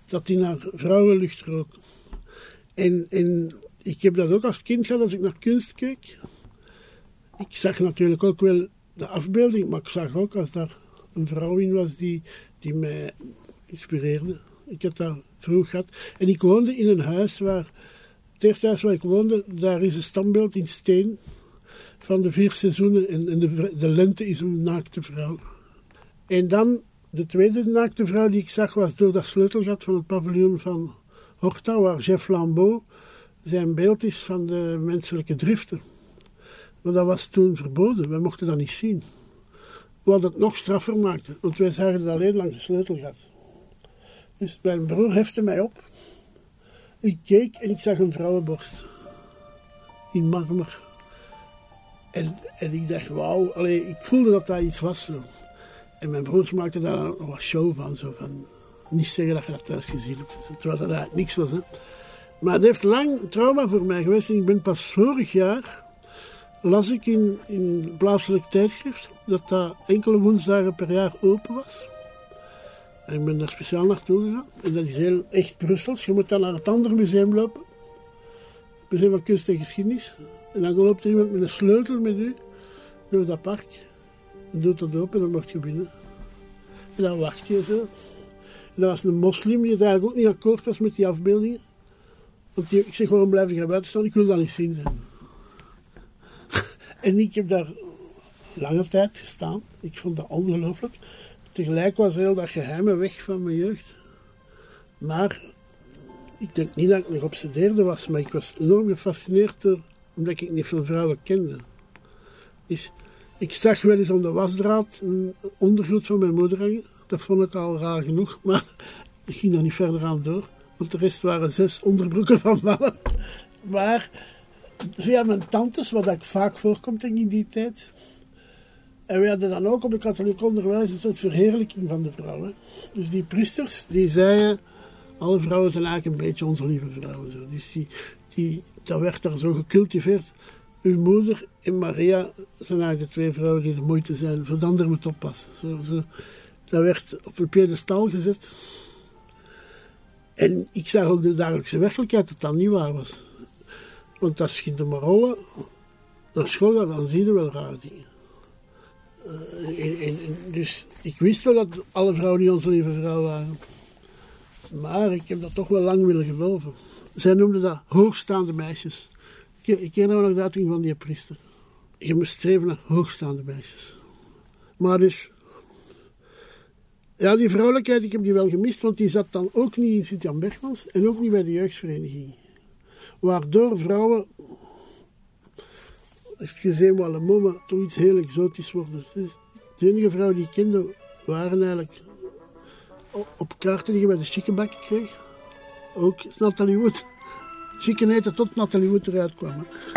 dat hij naar vrouwenlucht rook. En ik heb dat ook als kind gehad als ik naar kunst keek. Ik zag natuurlijk ook wel de afbeelding, maar ik zag ook als daar een vrouw in was die mij inspireerde. Ik had dat vroeg gehad. En ik woonde in een huis waar... Het eerste huis waar ik woonde, daar is een standbeeld in steen van de 4 seizoenen. En de lente is een naakte vrouw. En dan, de tweede naakte vrouw die ik zag, was door dat sleutelgat van het paviljoen van Horta, waar Jeff Lambeau zijn beeld is van de menselijke driften. Maar dat was toen verboden, wij mochten dat niet zien. Wat het nog straffer maakte, want wij zagen het alleen langs het sleutelgat. Dus mijn broer hefte mij op. Ik keek en ik zag een vrouwenborst. In marmer. En ik dacht, wauw, ik voelde dat dat iets was. Zo. En mijn broers maakten daar nog wat show van. Zo van niet zeggen dat je dat thuis gezien hebt. Terwijl dat eigenlijk niks was. Hè. Maar het heeft lang trauma voor mij geweest. En ik ben pas vorig jaar... las ik in een plaatselijk tijdschrift... dat enkele woensdagen per jaar open was. En ik ben daar speciaal naartoe gegaan. En dat is heel echt Brussels. Je moet dan naar het andere museum lopen. Het Museum van Kunst en Geschiedenis. En dan loopt er iemand met een sleutel met u door dat park. En doet dat open en dan mocht je binnen. En dan wacht je zo. En dat was een moslim die eigenlijk ook niet akkoord was met die afbeeldingen. Want ik zeg, waarom blijf je buiten staan? Ik wil dat niet zien zijn. En ik heb daar lange tijd gestaan. Ik vond dat ongelooflijk. Tegelijk was heel dat geheime weg van mijn jeugd. Maar ik denk niet dat ik nog obsedeerde was, maar ik was enorm gefascineerd door, omdat ik niet veel vrouwen kende. Dus ik zag wel eens om de wasdraad een ondergoed van mijn moeder hangen. Dat vond ik al raar genoeg, maar ik ging er niet verder aan door. Want de rest waren 6 onderbroeken van mannen. Maar via mijn tantes, wat ik vaak voorkomt denk ik in die tijd... En we hadden dan ook op het katholiek onderwijs een soort verheerlijking van de vrouwen. Dus die priesters, die zeiden, alle vrouwen zijn eigenlijk een beetje onze lieve vrouwen. Zo. Dus dat werd daar zo gecultiveerd. Uw moeder en Maria zijn eigenlijk de 2 vrouwen die de moeite zijn. Voor de anderen moet oppassen. Zo. Dat werd op een piedestal gezet. En ik zag ook de dagelijkse werkelijkheid dat dat niet waar was. Want als je de Marollen naar school gaat, dan zie je wel rare dingen. Dus ik wist wel dat alle vrouwen niet onze lieve vrouw waren. Maar ik heb dat toch wel lang willen geloven. Zij noemden dat hoogstaande meisjes. Ik ken nou nog de uiting van die priester. Je moet streven naar hoogstaande meisjes. Maar dus... Ja, die vrouwelijkheid, ik heb die wel gemist, want die zat dan ook niet in Sint-Jan Bergmans en ook niet bij de jeugdvereniging. Waardoor vrouwen... Excusez moi le mot, maar toch iets heel exotisch worden. Dus de enige vrouwen die ik kende waren eigenlijk op kaarten die je bij de chickenbakken kreeg. Ook is Natalie Wood. Chicken eten tot Natalie Wood eruit kwam.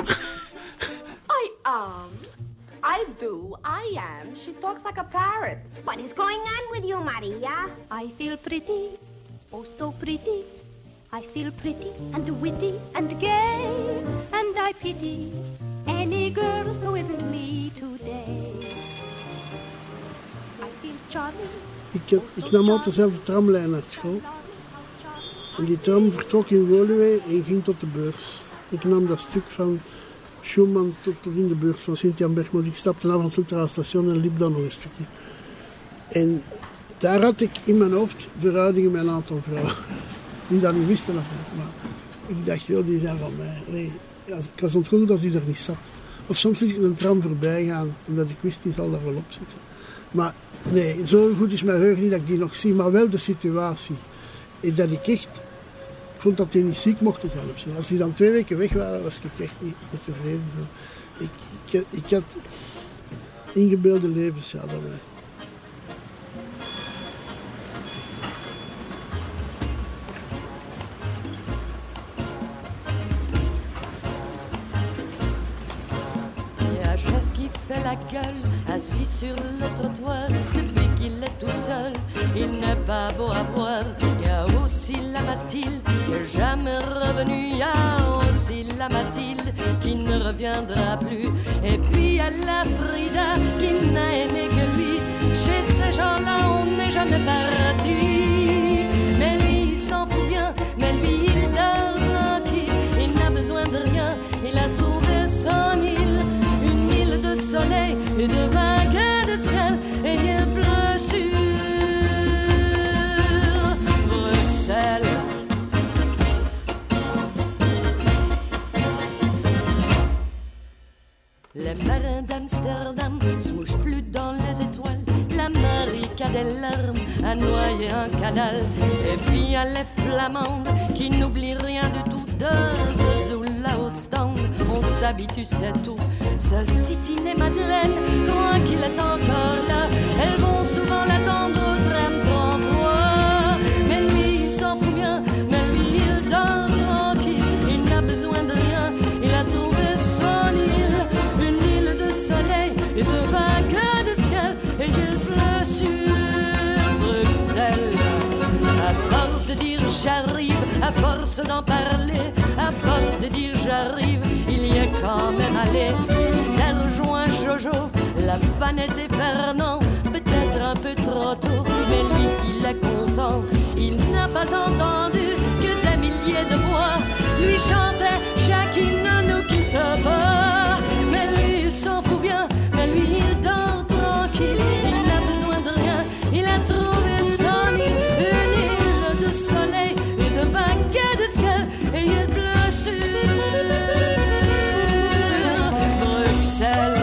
I do. I am. She talks like a parrot. What is going on with you, Maria? I feel pretty, oh so pretty. I feel pretty and witty and gay. And I pity any girl who isn't me today. I feel charming. Ik nam altijd dezelfde tramlijn naar school. En die tram vertrok in Woluwe en ging tot de beurs. Ik nam dat stuk van Schumann tot in de buurt van Sint-Jan Bergmans. Ik stapte af van het Centraal Station en liep dan nog een stukje. En daar had ik in mijn hoofd verhoudingen met een aantal vrouwen. Die dat niet wisten natuurlijk, maar ik dacht, joh, die zijn van mij. Nee, ik was ontgoocheld als die er niet zat. Of soms liet ik een tram voorbij gaan, omdat ik wist, die zal daar wel op zitten. Maar nee, zo goed is mijn geheugen niet dat ik die nog zie, maar wel de situatie. En dat ik echt... Ik vond dat die niet ziek mochten zijn of zo. Als die dan 2 weken weg waren, was ik echt niet tevreden. Zo. Ik had ingebeelde levens, ja, dat wel. Fait la gueule, assis sur le trottoir. Depuis qu'il est tout seul, il n'est pas beau à voir. Il y a aussi la Mathilde qui est jamais revenue. Il y a aussi la Mathilde qui ne reviendra plus. Et puis il y a la Frida qui n'a aimé que lui. Chez ces gens-là, on n'est jamais parti. Mais lui, il s'en et de vagues de ciel, et il pleut sur Bruxelles. Les marins d'Amsterdam se mouchent plus dans les étoiles. L'Amérique a des larmes à noyer un canal. Et puis y a les Flamandes qui n'oublient rien du tout. De Vesoul à Ostende, on s'habitue, c'est tout. Seule Titine et Madeleine croient qu'il est encore là. Elles vont souvent l'attendre au tram 33. Mais lui, il s'en fout bien, mais lui, il dort tranquille. Il n'a besoin de rien, il a trouvé son île. Une île de soleil et de vagues de ciel, et il pleut sur Bruxelles. À force de dire j'arrive, à force d'en parler, à force de dire j'arrive, il y est quand même allé. Il a rejoint Jojo, la Fanette et Fernand, peut-être un peu trop tôt, mais lui il est content. Il n'a pas entendu que des milliers de voix lui chantaient chacune ne nous quitte pas. Mais lui il s'en fout bien, mais lui il dort tranquille. Il n'a besoin de rien, il a trouvé son île. Une île de soleil et de vagues de ciel, et il pleut sur Bruxelles.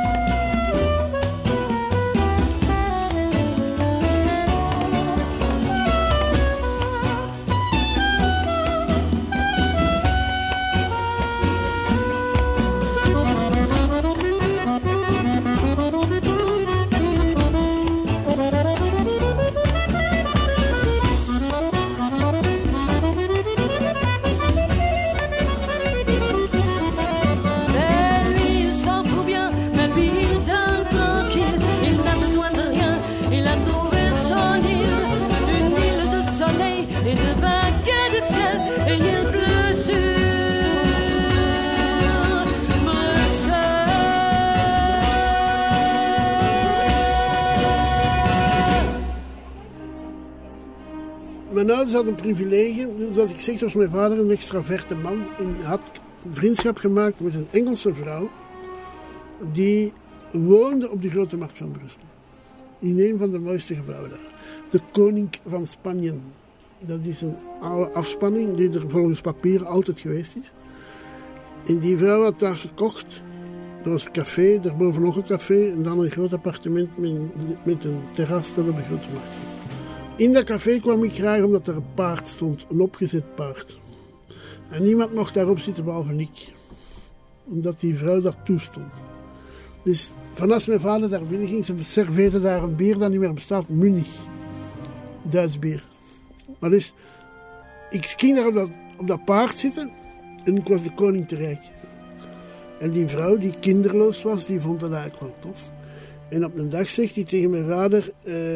Mijn ouders hadden een privilege. Zoals ik zeg, was mijn vader een extraverte man. En had vriendschap gemaakt met een Engelse vrouw. Die woonde op de Grote Markt van Brussel. In een van de mooiste gebouwen daar. De Koning van Spanje. Dat is een oude afspanning die er volgens papier altijd geweest is. En die vrouw had daar gekocht. Er was een café, daarboven nog een café. En dan een groot appartement met een terras dat op de Grote Markt ging. In dat café kwam ik graag omdat er een paard stond, een opgezet paard. En niemand mocht daarop zitten behalve ik. Omdat die vrouw dat toestond. Dus vanaf mijn vader daar binnen ging, ze serveerden daar een bier dat niet meer bestaat, Munich. Duits bier. Maar dus, ik ging daar op dat paard zitten en ik was de koning te rijk. En die vrouw, die kinderloos was, die vond dat eigenlijk wel tof. En op een dag zegt hij tegen mijn vader...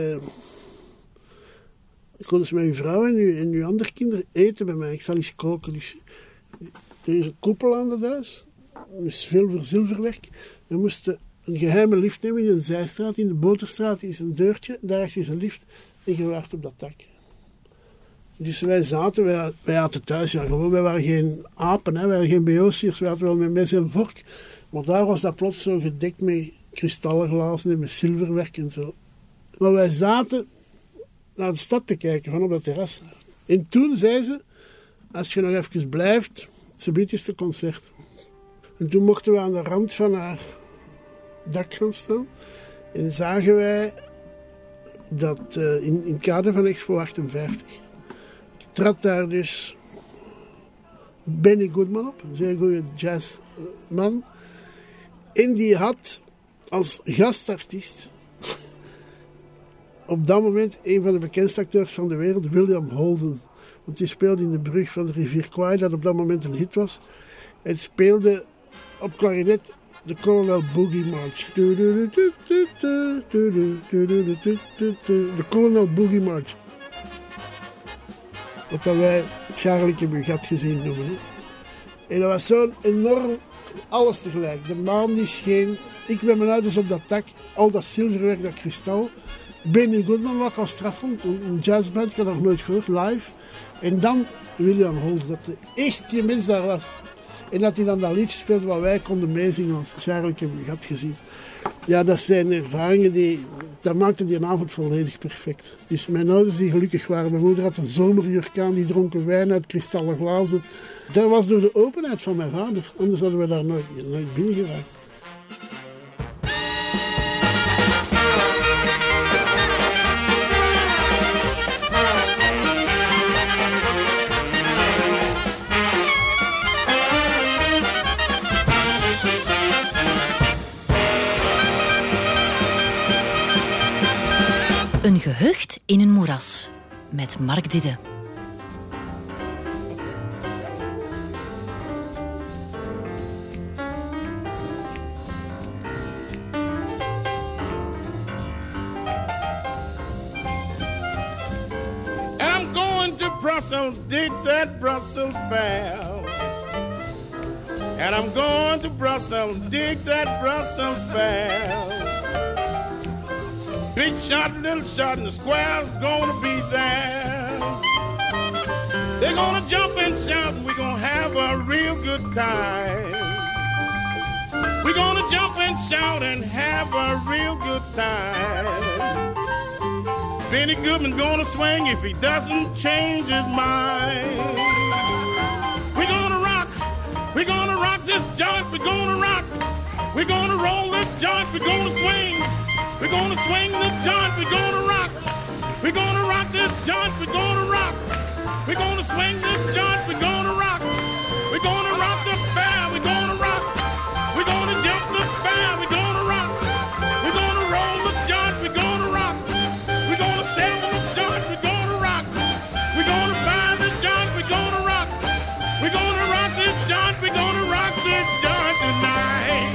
Kom eens met uw vrouw en uw andere kinderen eten bij mij. Ik zal eens koken. Dus, er is een koepel aan het huis. Dus veel zilverwerk. We moesten een geheime lift nemen in een zijstraat. In de Boterstraat is een deurtje. Daarachter is een lift. En je waart op dat dak. Dus wij aten thuis. Ja, gewoon, wij waren geen apen. Hè. Wij waren geen BO'siers. Wij aten wel met mes en vork. Maar daar was dat plots zo gedekt met kristallen glazen en met zilverwerk en zo. Maar wij zaten... naar de stad te kijken, van op dat terras. En toen zei ze, als je nog even blijft, ze biedt eens een concert. En toen mochten we aan de rand van haar dak gaan staan. En zagen wij dat in het kader van Expo 58 trad daar dus Benny Goodman op, een zeer goede jazzman. En die had als gastartiest op dat moment een van de bekendste acteurs van de wereld, William Holden. Want die speelde in de brug van de rivier Kwai, dat op dat moment een hit was. En speelde op klarinet de Colonel Boogie March. De Colonel Boogie March. Wat dat wij Charleke Bugat gezien noemen. Hè. En dat was zo'n enorm, alles tegelijk. De maan die scheen. Ik met mijn ouders op dat dak, al dat zilverwerk, dat kristal. Benny Goodman, wat ik al straf vond, een jazzband, ik had dat nog nooit gehoord, live. En dan William Holden, dat echt die mens daar was. En dat hij dan dat liedje speelde wat wij konden meezingen als Charleke Bugat gezien. Ja, dat zijn ervaringen dat maakte die avond volledig perfect. Dus mijn ouders die gelukkig waren. Mijn moeder had een zomerjurk aan, die dronken wijn uit kristallen glazen. Dat was door de openheid van mijn vader. Anders hadden we daar nooit binnen geraakt. Een gehucht in een moeras. Met Mark Didde. I'm going to Brussels, dig that Brussels fair. And I'm going to Brussels, dig that Brussels fair. Big shot, little shot, and the square's gonna be there. They're gonna jump and shout, and we're gonna have a real good time. We're gonna jump and shout and have a real good time. Benny Goodman's gonna swing if he doesn't change his mind. We're gonna rock this joint, we're gonna rock. We're gonna roll this joint, we're gonna swing. We're gonna swing the joint, we're gonna rock. We're gonna rock this joint, we're gonna rock. We're gonna swing this joint, we're gonna rock. We're gonna rock the fair, we're gonna rock. We're gonna jump the fair, we're gonna rock. We're gonna roll the joint, we're gonna rock. We're gonna sell the joint, we're gonna rock. We're gonna buy the joint, we're gonna rock. We're gonna rock this joint, we're gonna rock this joint tonight.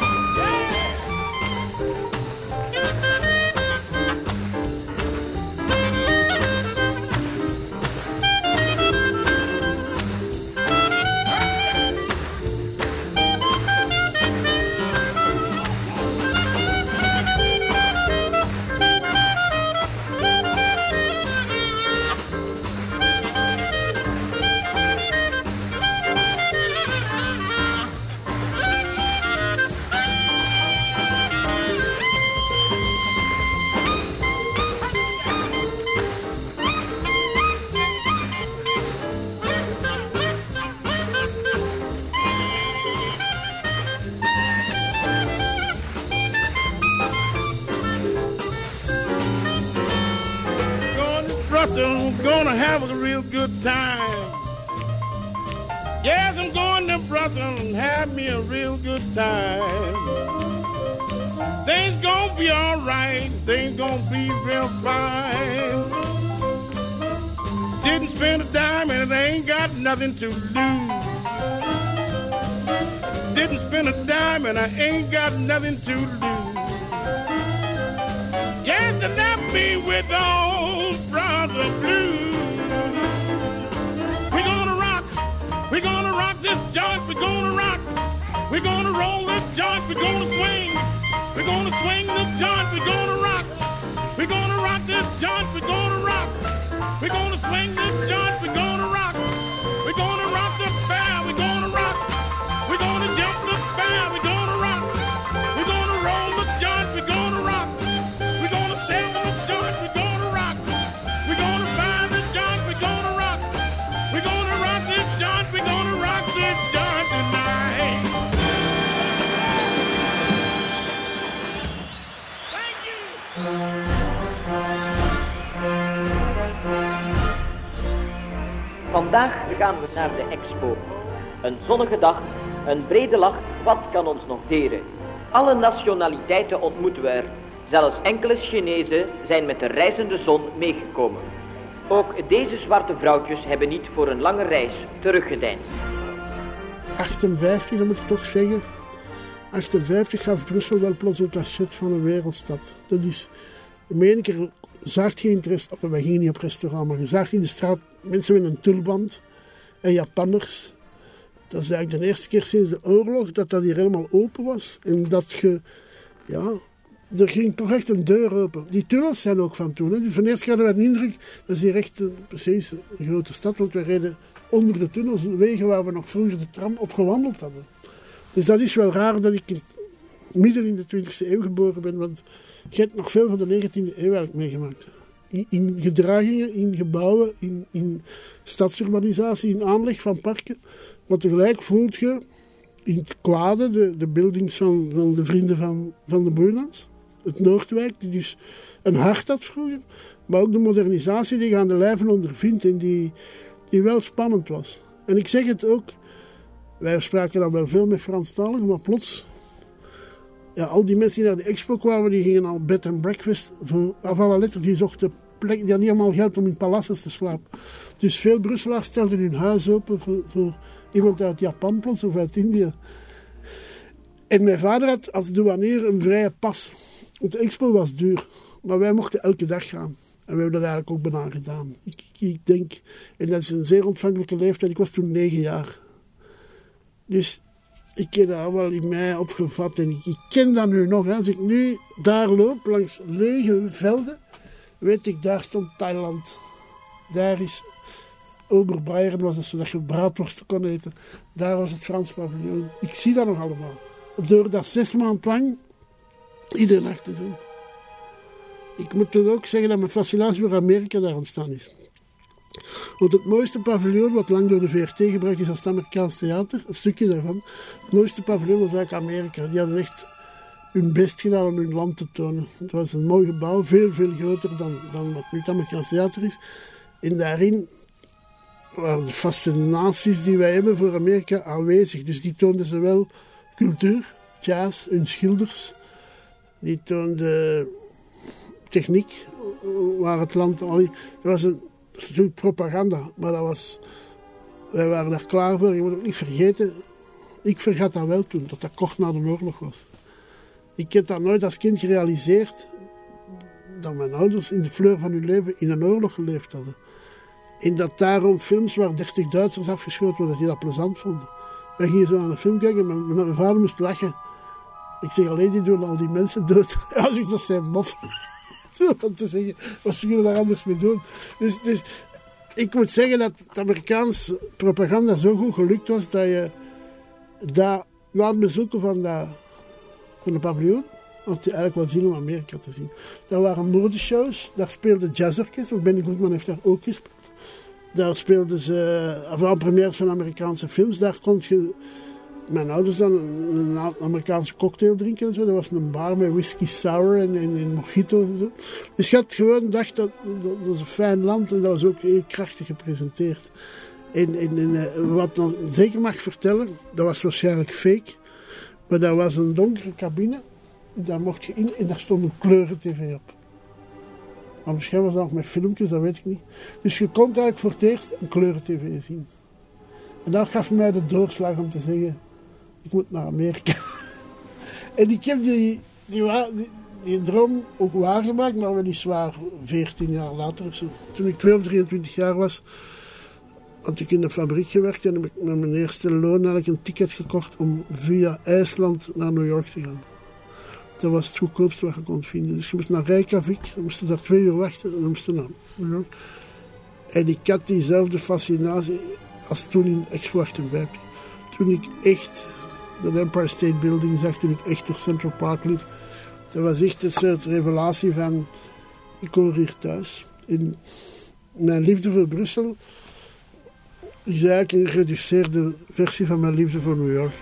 I'm gonna have a real good time. Yes, I'm going to Brussels and have me a real good time. Things gonna be alright, things gonna be real fine. Didn't spend a dime and it ain't got nothing to lose. Didn't spend a dime and I ain't got nothing to lose. Yes, and left me with those Brussels blues. We're gonna rock this joint, we're gonna rock. We're gonna roll this joint, we're gonna swing. We're gonna swing the joint, we're gonna rock. We're gonna rock this joint, we're gonna rock. We're gonna swing this joint, we're gonna rock. We're gonna rock the fair, we're gonna rock. We're gonna jump the fair, we're gonna rock. We're gonna roll the joint, we're gonna rock. We're gonna sell the joint, we're gonna rock. We're gonna buy the joint, we're gonna rock. We're gonna rock this joint, we're gonna rock this joint tonight. Thank you. Vandaag gaan we naar de expo. Een zonnige dag, een brede lach, wat kan ons nog deren? Alle nationaliteiten ontmoeten we er. Zelfs enkele Chinezen zijn met de reizende zon meegekomen. Ook deze zwarte vrouwtjes hebben niet voor een lange reis teruggedeinsd. 58, dat moet ik toch zeggen. 58 gaf Brussel wel plots het lachet van een wereldstad. Dat is, meen ik, er zag je interesse, wij gingen niet op restaurant, maar je zag in de straat mensen met een tulband en Japanners. Dat is eigenlijk de eerste keer sinds de oorlog dat hier helemaal open was. En dat je, ja, er ging toch echt een deur open. Die tunnels zijn ook van toen. Hè. Dus van eerst hadden we een indruk, dat is hier echt precies een grote stad. Want we reden onder de tunnels, wegen waar we nog vroeger de tram op gewandeld hadden. Dus dat is wel raar dat ik midden in de 20e eeuw geboren ben, want je hebt nog veel van de 19e eeuw eigenlijk meegemaakt. In gedragingen, in gebouwen, in stadsurbanisatie, in aanleg van parken. Maar tegelijk voelt je in het kwade de buildings van de vrienden van de Bruinlands. Het Noordwijk, die dus een hart had vroeger. Maar ook de modernisatie die je aan de lijve ondervindt en die wel spannend was. En ik zeg het ook, wij spraken dan wel veel met Franstaligen, maar plots... Ja, al die mensen die naar de expo kwamen, die gingen al bed and breakfast. Af alle letters, die zochten plek, die hadden niet allemaal geld om in palasses te slapen. Dus veel Brusselaars stelden hun huis open voor iemand uit Japan plots of uit India. En mijn vader had als douanier een vrije pas. Want de expo was duur, maar wij mochten elke dag gaan. En we hebben dat eigenlijk ook bijna gedaan. Ik denk, en dat is een zeer ontvankelijke leeftijd, ik was toen 9 jaar. Dus ik heb dat allemaal in mij opgevat en ik ken dat nu nog. Hè. Als ik nu daar loop, langs lege velden, weet ik, daar stond Thailand. Daar is Oberbeieren, was dat zodat je braadworsten kon eten. Daar was het Frans paviljoen. Ik zie dat nog allemaal. Door dat 6 maanden lang iedere dag te doen. Ik moet dan ook zeggen dat mijn fascinatie voor Amerika daar ontstaan is. Want het mooiste paviljoen, wat lang door de VRT gebruikt is als het Amerikaans theater, een stukje daarvan, het mooiste paviljoen was eigenlijk Amerika. Die hadden echt hun best gedaan om hun land te tonen. Het was een mooi gebouw, veel, veel groter dan wat nu het Amerikaans theater is. En daarin waren de fascinaties die wij hebben voor Amerika aanwezig. Dus die toonden zowel cultuur, jazz, hun schilders, die toonden techniek, waar het land al... Dat was natuurlijk propaganda, maar wij waren daar klaar voor. Je moet ook niet vergeten, ik vergat dat wel toen, dat kort na de oorlog was. Ik heb dat nooit als kind gerealiseerd, dat mijn ouders in de fleur van hun leven in een oorlog geleefd hadden. En dat daarom films waar 30 Duitsers afgeschoten worden, dat die dat plezant vonden. Wij gingen zo aan een film kijken en mijn vader moest lachen. Ik zeg, alleen die doen al die mensen dood. Ja, dat zijn mof. Om te zeggen, wat zullen we daar anders mee doen? Dus ik moet zeggen dat het Amerikaanse propaganda zo goed gelukt was dat je daar, na het bezoeken van de paviljoen, had je eigenlijk wel zin om Amerika te zien. Daar waren modeshows, daar speelde jazzorkest, ook Benny Goodman heeft daar ook gespeeld. Daar speelden ze avant-premières van Amerikaanse films. Daar kon je, mijn ouders dan, een Amerikaanse cocktail drinken en zo. Dat was een bar met whisky sour en mojito en zo. Dus je had gewoon gedacht, dat is een fijn land en dat was ook heel krachtig gepresenteerd. En wat dan zeker mag vertellen, dat was waarschijnlijk fake, maar dat was een donkere cabine. Daar mocht je in en daar stond een kleuren-tv op. Maar misschien was dat nog met filmpjes, dat weet ik niet. Dus je kon eigenlijk voor het eerst een kleuren-tv zien. En dat gaf mij de doorslag om te zeggen, ik moet naar Amerika. En ik heb die droom ook waargemaakt, maar weliswaar 14 jaar later of zo. Toen ik 22, 23 jaar was, had ik in de fabriek gewerkt en heb ik met mijn eerste loon eigenlijk een ticket gekocht om via IJsland naar New York te gaan. Dat was het goedkoopste wat je kon vinden. Dus je moest naar Reykjavik, dan moest je daar 2 uur wachten en dan moest je naar New York. En ik had diezelfde fascinatie als toen in Expo 58. Toen ik echt de Empire State Building zag, toen ik echt door Central Park liep. Dat was echt een soort revelatie van, ik hoor hier thuis. En mijn liefde voor Brussel is eigenlijk een gereduceerde versie van mijn liefde voor New York.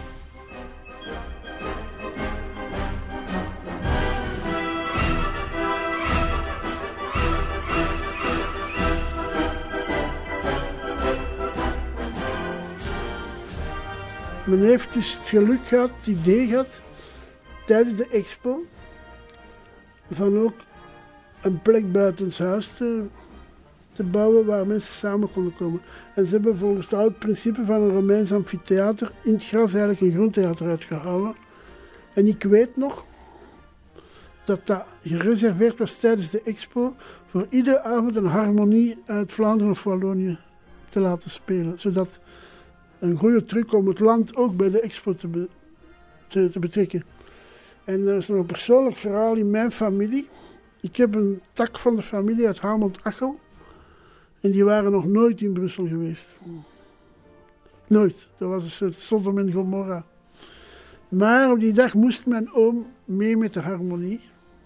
Men heeft dus het geluk gehad, het idee gehad, tijdens de expo, van ook een plek buitenshuis te bouwen waar mensen samen konden komen. En ze hebben volgens het oude principe van een Romeins amfitheater in het gras eigenlijk een groentheater uitgehouden. En ik weet nog dat gereserveerd was tijdens de expo voor iedere avond een harmonie uit Vlaanderen of Wallonië te laten spelen. Zodat een goede truc om het land ook bij de expo te betrekken. En er is nog een persoonlijk verhaal in mijn familie. Ik heb een tak van de familie uit Hamond-Achel. En die waren nog nooit in Brussel geweest. Nooit. Dat was een soort Sodom en Gomorra. Maar op die dag moest mijn oom mee met de harmonie.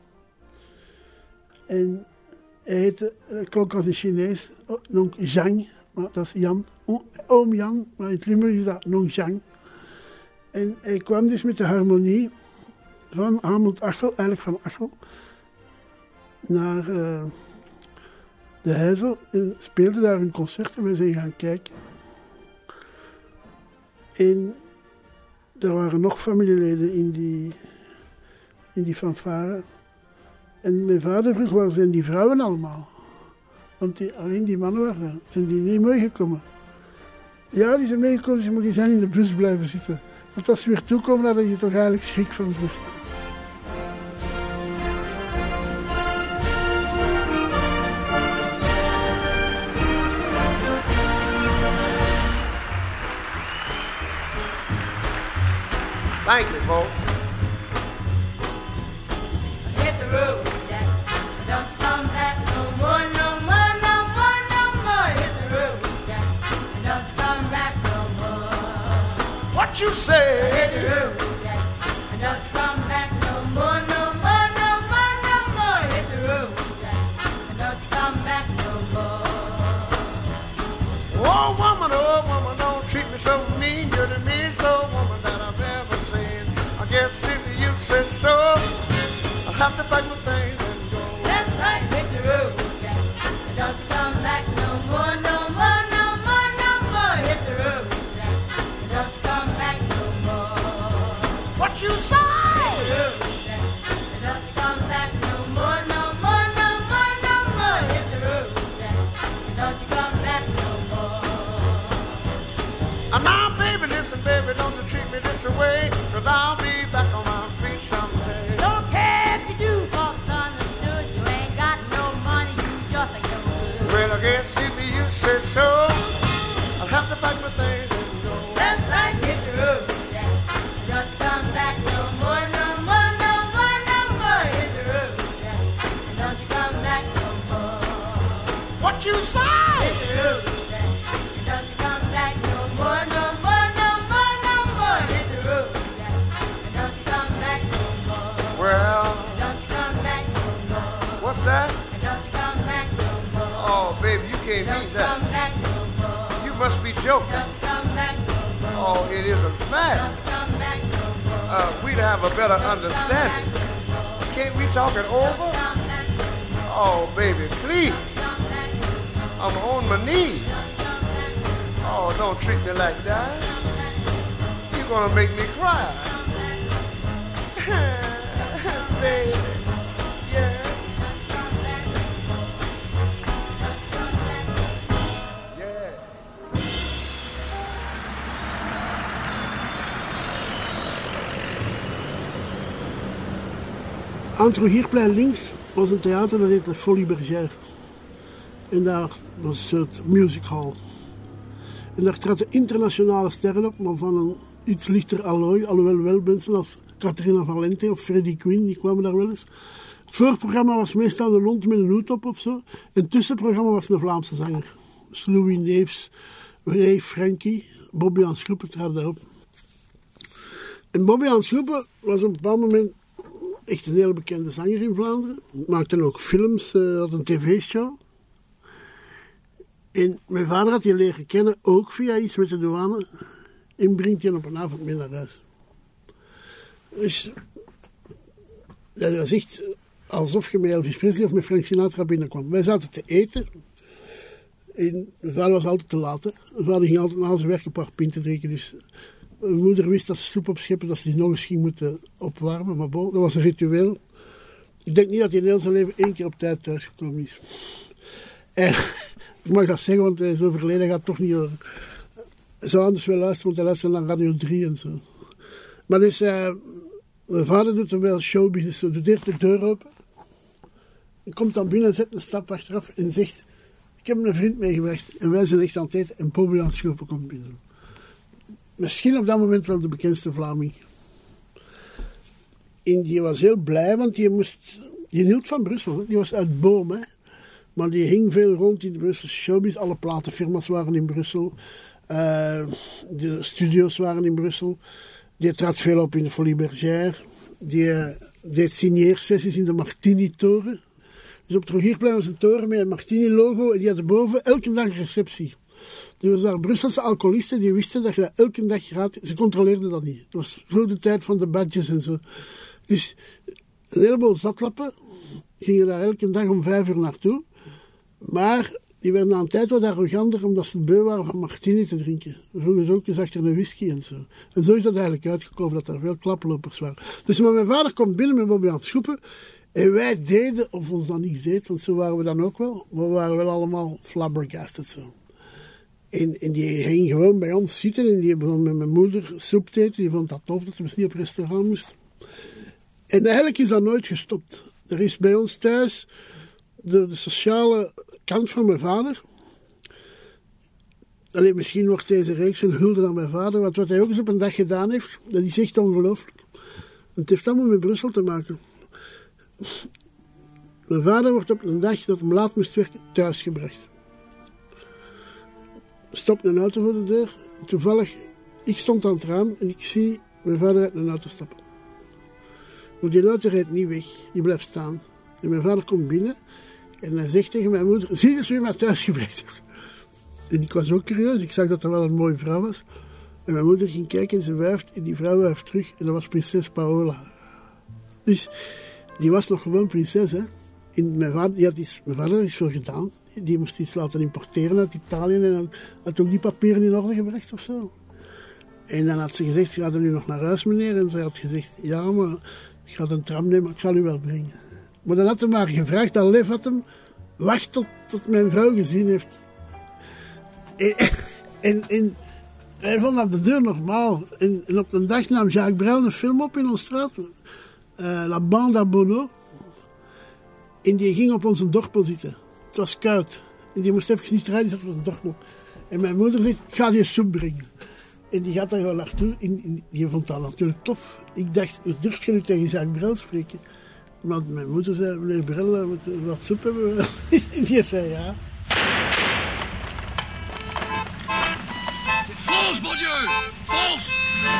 En hij klonk als een Chinees, Nong Zhang, maar dat is Jan. Oom Jan, maar in het Limburg is dat Nong Zhang. En hij kwam dus met de harmonie van Hamond-Achel, eigenlijk van Achel, naar de Heizel en speelde daar een concert en wij zijn gaan kijken. En er waren nog familieleden in die fanfare. En mijn vader vroeg, waar zijn die vrouwen allemaal? Want alleen die mannen waren, zijn die niet meegekomen? Ja, die zijn meegekomen, maar die zijn in de bus blijven zitten. Want als ze weer toekomen, dan had je toch eigenlijk schrik van de bus. Thank you, folks. Hit the road, Jack. Don't come back no more, no more, no more, no more. Hit the road, Jack. Don't come back no more. What you say? Hit the road, Jack. Don't come back no more, no more, no more, no more. Hit the road, Jack. Don't come back no more. Oh woman, don't treat me so mean. You're the meanest old woman that I've ever seen. I guess if you say so, I'll have to pack my things and go. That's right, hit the road, Jack. Don't come back no more, no more, no more, no more. Hit the road, Jack. Don't come back no more. What you say? Hit the road, Jack. Don't come back no more, no more, no more, no more. Hit the road, Jack. Don't come back no more. And now, baby, listen, baby, don't you treat me this way, 'cause I'll be back on my feet someday. Don't care if you do, for understood. You ain't got no money, you just ain't no good. Well, I guess if you say so, I'll have to pack my things and go. That's right, hit the road, Jack. Don't come back no more, no more, no more, no more. Hit the road, Jack. Don't come back no more. What you say? Hit the road, Jack. Don't come back no more, no more, no more, no more. Hit the road, Jack. Don't come back no more. Well, Don't come back no more. what's that? Don't come back no more. Oh, baby, you can't Don't mean that. come back no more. You must be joking. Don't come back no more. Oh, it isn't fair. Don't come back no more. We'd have a better understanding. Can't we talk it over? Oh, baby, please. I'm on my knees. Oh, don't treat me like that. You're gonna make me cry. Baby, yeah. Yeah. Aan het Rogierplein links was een theater, dat heette Folie Bergère. En daar was een soort music hall. En daar traden internationale sterren op, maar van een iets lichter allooi. Alhoewel wel mensen als Catharina Valente of Freddie Quinn, die kwamen daar wel eens. Het voorprogramma was meestal een hond met een hoed op of zo. En het tussenprogramma was een Vlaamse zanger. Dus Louis Neefs, Ray Frankie, Bobby aan Schroepen traden daarop. En Bobby aan Schroepen was op een bepaald moment echt een hele bekende zanger in Vlaanderen. Maakte ook films, had een tv-show. En mijn vader had die leren kennen, ook via iets met de douane. En brengt hij op een avond mee naar huis. Dus dat was echt alsof je met Elvis Presley of met Frank Sinatra binnenkwam. Wij zaten te eten. En mijn vader was altijd te laat. Hè. Mijn vader ging altijd na zijn werk een paar pinten drinken. Dus mijn moeder wist dat ze soep opscheppen, dat ze die nog eens ging moeten opwarmen. Maar bon, dat was een ritueel. Ik denk niet dat hij in heel zijn leven 1 keer op tijd thuisgekomen is. En ik mag dat zeggen, want hij is overleden, hij gaat toch niet over. Hij zou anders wel luisteren, want hij luistert naar Radio 3 en zo. Maar dus, mijn vader doet er wel showbusiness. Hij doet eerst de deur open. En komt dan binnen en zet een stap achteraf en zegt: ik heb een vriend meegebracht. En wij zijn echt aan het eten. En Bobby aan Schroepen komt binnen. Misschien op dat moment wel de bekendste Vlaming. En die was heel blij, want die hield van Brussel. Hè. Die was uit Boom, hè. Maar die hing veel rond in de Brusselse showbiz. Alle platenfirma's waren in Brussel. De studio's waren in Brussel. Die trad veel op in de Folie Bergère. Die deed signeersessies in de Martini-toren. Dus op het Rogierplein was een toren met een Martini-logo. En die had boven elke dag een receptie. Dus daar Brusselse alcoholisten die wisten dat je dat elke dag gratis... Ze controleerden dat niet. Het was voor de tijd van de badges en zo. Dus een heleboel zatlappen gingen daar elke dag om 5 uur naartoe. Maar die werden aan een tijd wat arroganter omdat ze beu waren van Martini te drinken. Vroegen ze ook eens achter een whisky en zo. En zo is dat eigenlijk uitgekomen, dat er veel klaplopers waren. Dus maar mijn vader komt binnen met Bobby aan het schoepen. En wij deden of ons dan niets deed, want zo waren we dan ook wel. We waren wel allemaal flabbergasted zo. En die ging gewoon bij ons zitten en die begon met mijn moeder soep te eten. Die vond dat tof dat ze niet op restaurant moest. En eigenlijk is dat nooit gestopt. Er is bij ons thuis, de sociale kant van mijn vader. Alleen misschien wordt deze reeks een hulde aan mijn vader. Want wat hij ook eens op een dag gedaan heeft, dat is echt ongelooflijk. Het heeft allemaal met Brussel te maken. Mijn vader wordt op een dag dat hem laat moest werken thuisgebracht. Stopt een auto voor de deur. En toevallig, ik stond aan het raam en ik zie mijn vader uit een auto stappen. Maar die auto rijdt niet weg, die blijft staan. En mijn vader komt binnen en hij zegt tegen mijn moeder, zie eens wie mij thuis gebracht heeft. En ik was ook curieus, ik zag dat er wel een mooie vrouw was. En mijn moeder ging kijken en ze wuift en die vrouw wuift terug en dat was prinses Paola. Dus die was nog gewoon prinses, hè. En mijn vader had iets voor gedaan. Die moest iets laten importeren uit Italië en dan had ook die papieren in orde gebracht of zo. En dan had ze gezegd, ga er nu nog naar huis meneer? En ze had gezegd, ja maar ik ga een tram nemen, ik zal u wel brengen. Maar dan had hij maar gevraagd, dat Lef had hem, wacht tot mijn vrouw gezien heeft. En hij vond op de deur normaal. En op de dag nam Jacques Brel een film op in onze straat. La Bande à Bono. En die ging op onze dorpel zitten. Het was koud. En die moest even niet rijden, die zat op onze dorpel. En mijn moeder zegt, ga die soep brengen. En die gaat daar gewoon naartoe. En die vond dat natuurlijk tof. Ik dacht, hoe durf je nu tegen Jacques Brel spreken? Maar mijn moeder zei, meneer Brel, we moeten wat soep hebben. En die zei ja. Fonce, mon Dieu! Fonce!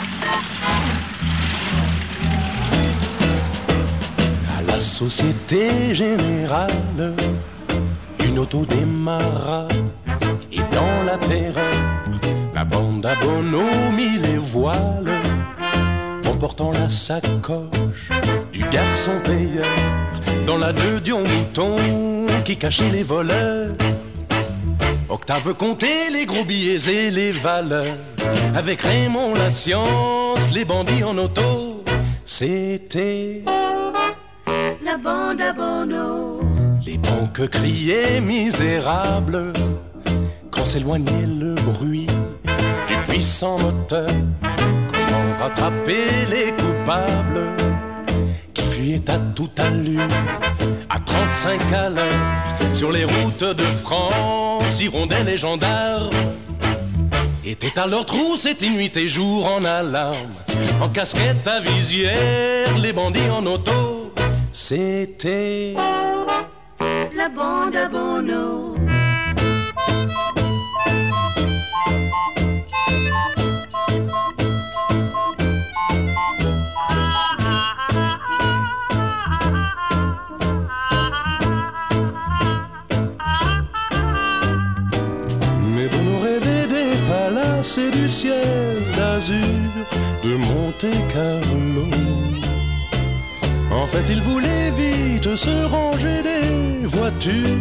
À la Société Générale, une auto démarra et dans la terreur, la bande à Bono mit les voiles, emportant la sacoche du garçon payeur dans la deux Dion Mouton qui cachait les voleurs. Octave comptait les gros billets et les valeurs. Avec Raymond la science, les bandits en auto, c'était la bande à Bono. Les banques criaient misérables quand s'éloignait le bruit du puissant moteur. Comment rattraper les coupables qui fuyaient à toute allure, à 35 à l'heure, sur les routes de France, hirondelles et gendarmes étaient à leur trousse, c'était nuit et jour en alarme, en casquette à visière, les bandits en auto, c'était la bande à Bono. C'est du ciel d'azur de Monte-Carlo. En fait, il voulait vite se ranger des voitures.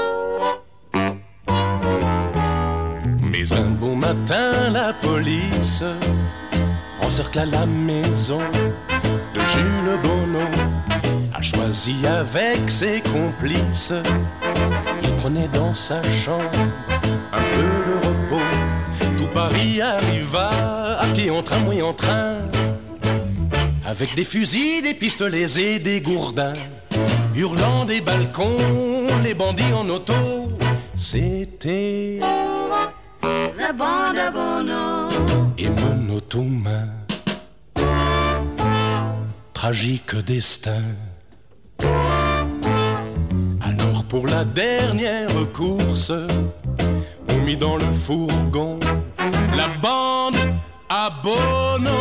Mais un beau matin, la police encercla la maison de Jules Bono. A choisi avec ses complices. Il prenait dans sa chambre un peu de repos. Paris arriva à pied en tramway en train, avec des fusils, des pistolets et des gourdins, hurlant des balcons, les bandits en auto, c'était la bande à Bono. Et monotone, tragique destin. Alors pour la dernière course, on mit dans le fourgon la bande à Bono.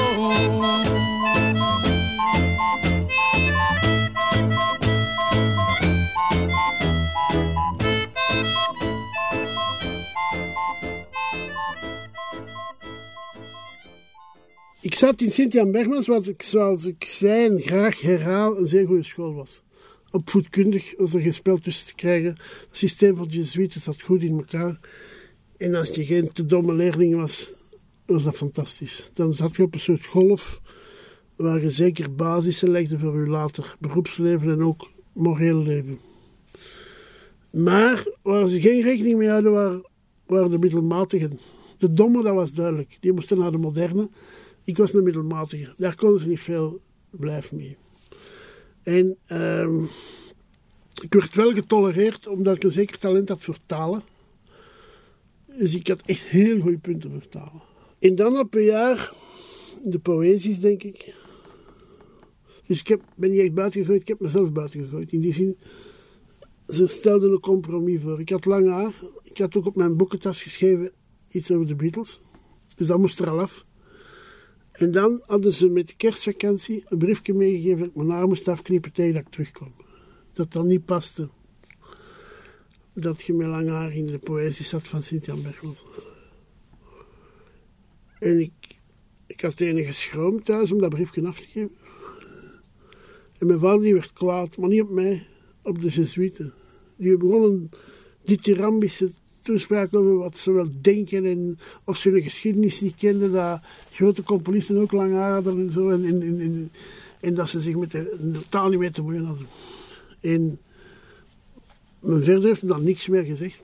Ik zat in Sint-Jan Bergmans, wat ik, zoals ik zei en graag herhaal, een zeer goede school was. Opvoedkundig was er geen spel tussen te krijgen. Het systeem van de Jesuiten zat goed in elkaar. En als je geen te domme leerling was, was dat fantastisch. Dan zat je op een soort golf waar je zeker basissen legde voor je later beroepsleven en ook moreel leven. Maar waar ze geen rekening mee hadden, waren de middelmatigen. De domme, dat was duidelijk. Die moesten naar de moderne. Ik was een middelmatige. Daar konden ze niet veel blijven mee. En ik werd wel getolereerd, omdat ik een zeker talent had voor talen. Dus ik had echt heel goede punten voor talen. En dan op een jaar, de poëzies denk ik. Dus ik ben niet echt buiten gegooid, ik heb mezelf buiten gegooid. In die zin, ze stelden een compromis voor. Ik had lang haar. Ik had ook op mijn boekentas geschreven iets over de Beatles. Dus dat moest er al af. En dan hadden ze met de kerstvakantie een briefje meegegeven dat ik mijn haar moest afknippen tegen dat ik terugkwam. Dat dan niet paste. Dat je met lang haar in de poëzie zat van Sint-Jan Bergmans. En ik had enige schroom thuis om dat briefje af te geven. En mijn vader die werd kwaad, maar niet op mij, op de Jesuiten. Die begonnen dithyrambische toespraak over wat ze wel denken en of ze hun geschiedenis niet kenden, dat grote componisten ook lang haar hadden en zo. En dat ze zich totaal niet mee te moeien hadden. En mijn verder heeft me dan niks meer gezegd.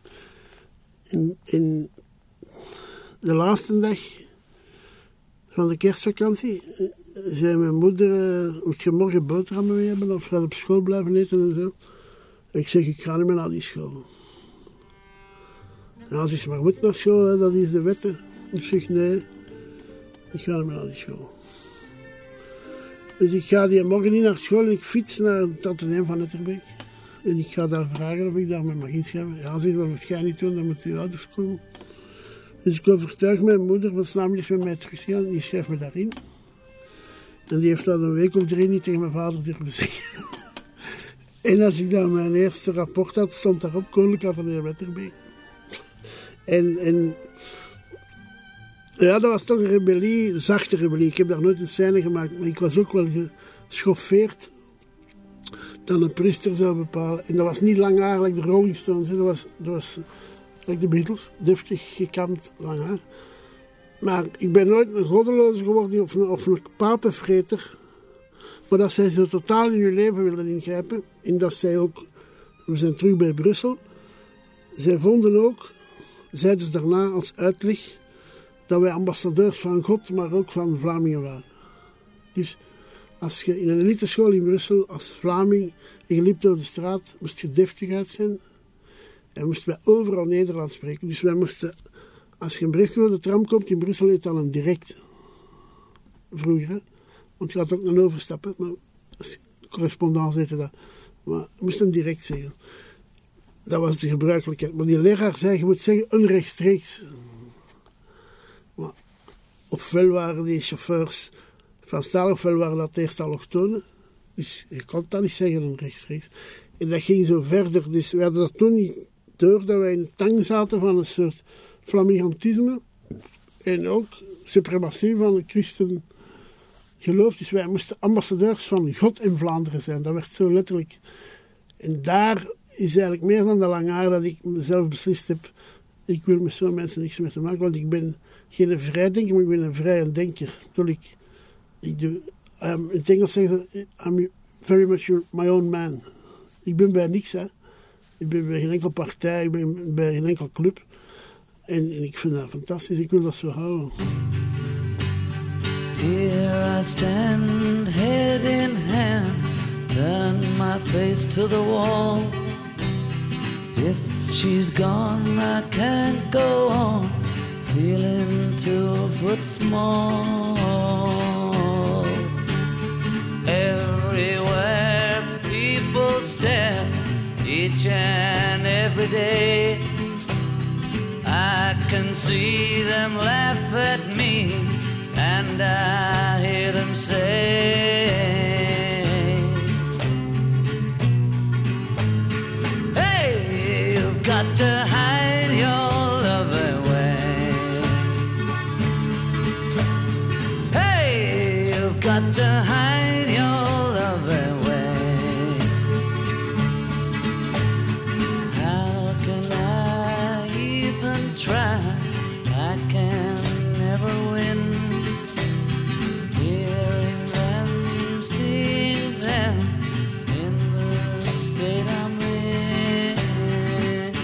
En de laatste dag van de kerstvakantie zei mijn moeder, moet je morgen boterhammen mee hebben of ga je op school blijven eten en zo. En ik zeg, ik ga niet meer naar die school. En als ik maar moet naar school, hè, dat is de wet. Ik zeg, nee, ik ga niet meer naar die school. Dus ik ga die morgen niet naar school en ik fiets naar het Atheneum van Etterbeek. En ik ga daar vragen of ik daar met mag inschrijven. Ja, ze zegt, wat moet jij niet doen, dan moeten je ouders komen. Dus ik overtuig mijn moeder van 's namiddags met mij terug te gaan. Die schrijft me daarin. En die heeft dan een week of 3 niet tegen mijn vader durven zeggen. En als ik dan mijn eerste rapport had, stond daarop Koninklijk Atheneum Etterbeek. En ja, dat was toch een rebellie, een zachte rebellie. Ik heb daar nooit een scène gemaakt, maar ik was ook wel geschoffeerd dat een priester zou bepalen. En dat was niet lang haar, like de Rolling Stones. Hè. Dat was like de Beatles, deftig gekamd, lang haar. Maar ik ben nooit een goddeloze geworden of een papenvreter. Maar dat zij zo totaal in hun leven wilden ingrijpen. En dat zij ook, we zijn terug bij Brussel, zij vonden ook, zeiden ze daarna als uitleg, dat wij ambassadeurs van God, maar ook van Vlamingen waren. Dus als je in een eliteschool in Brussel als Vlaming en je liep door de straat, moest je deftig uit zijn. En moesten wij overal Nederlands spreken. Dus wij moesten, als je een bericht door de tram komt in Brussel, heet dat een direct. Vroeger, hè? Want je had ook een overstappen, maar correspondance heette dat. Maar je moest een direct zeggen. Dat was de gebruikelijkheid. Maar die leraar zei, je moet zeggen, een rechtstreeks. Maar ofwel waren die chauffeurs Franstalig, ofwel waren dat eerst allochtonen. Dus je kon dat niet zeggen, een rechtstreeks. En dat ging zo verder. Dus we hadden dat toen niet door, dat wij in de tang zaten van een soort flamingantisme. En ook suprematie van het christen geloof. Dus wij moesten ambassadeurs van God in Vlaanderen zijn. Dat werd zo letterlijk. En daar is eigenlijk meer dan de lang haar dat ik mezelf beslist heb. Ik wil met zo'n mensen niks meer te maken, want ik ben geen vrijdenker, maar ik ben een vrije denker. Ik doe, in het Engels zeggen ze, I'm very much my own man. Ik ben bij niks, hè. Ik ben bij geen enkel partij, ik ben bij geen enkel club. En ik vind dat fantastisch, ik wil dat zo houden. Here I stand, head in hand, turn my face to the wall. If she's gone, I can't go on, feeling 2 foot small. Everywhere people stare, each and every day. I can see them laugh at me, and I hear them say, hey, you've got to hide your love away. Hey, you've got to hide your love away. How can I even try? I can never win. Hearing them, seeing them in the state I'm in.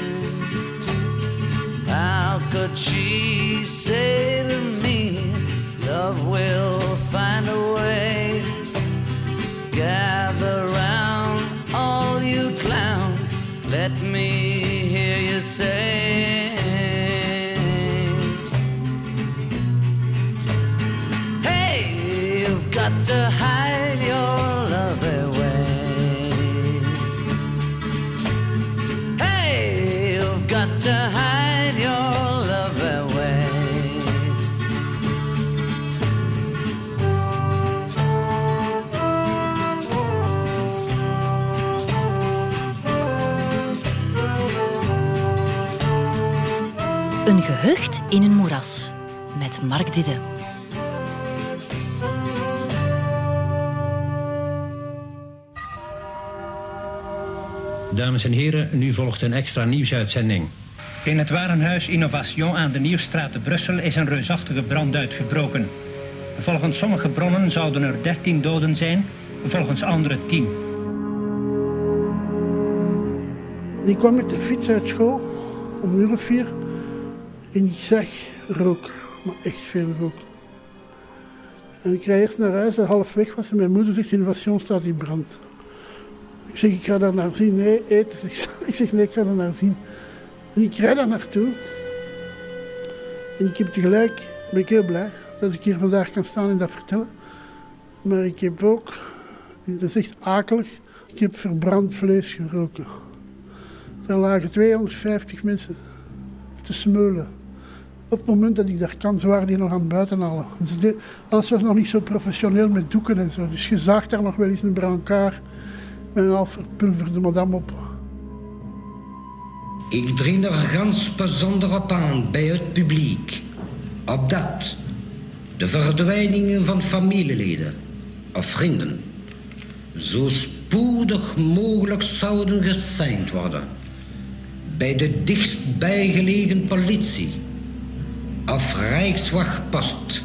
How could she say to me, love will find a way? Gather round, all you clowns, let me hear you say, hey, you've got to hide your love away. Hey, you've got to hide your love away. Een gehucht in een moeras met Mark Didde. Dames en heren, nu volgt een extra nieuwsuitzending. In het warenhuis Innovation aan de Nieuwstraat te Brussel is een reusachtige brand uitgebroken. Volgens sommige bronnen zouden er 13 doden zijn, volgens andere 10. Ik kwam met de fiets uit school om 4:00 en ik zag rook, maar echt veel rook. En ik rijd eerst naar huis en halfweg was en mijn moeder zegt, Innovation staat in brand. Ik zeg, ik ga daar naar zien. Nee, eten. Ik zeg, nee, ik ga daar naar zien. En ik rijd daar naartoe. En ik heb tegelijk, ben ik heel blij dat ik hier vandaag kan staan en dat vertellen. Maar ik heb ook, dat is echt akelig, ik heb verbrand vlees geroken. Daar lagen 250 mensen te smeulen. Op het moment dat ik daar kan, ze waren die nog aan het buiten halen. Alles was nog niet zo professioneel met doeken en zo. Dus je zag daar nog wel eens een brancard met een half verpulverde madame op. Ik dring er ganz bijzonder op aan bij het publiek. Opdat de verdwijningen van familieleden of vrienden zo spoedig mogelijk zouden geseind worden bij de dichtstbijgelegen politie of Rijkswachtpost.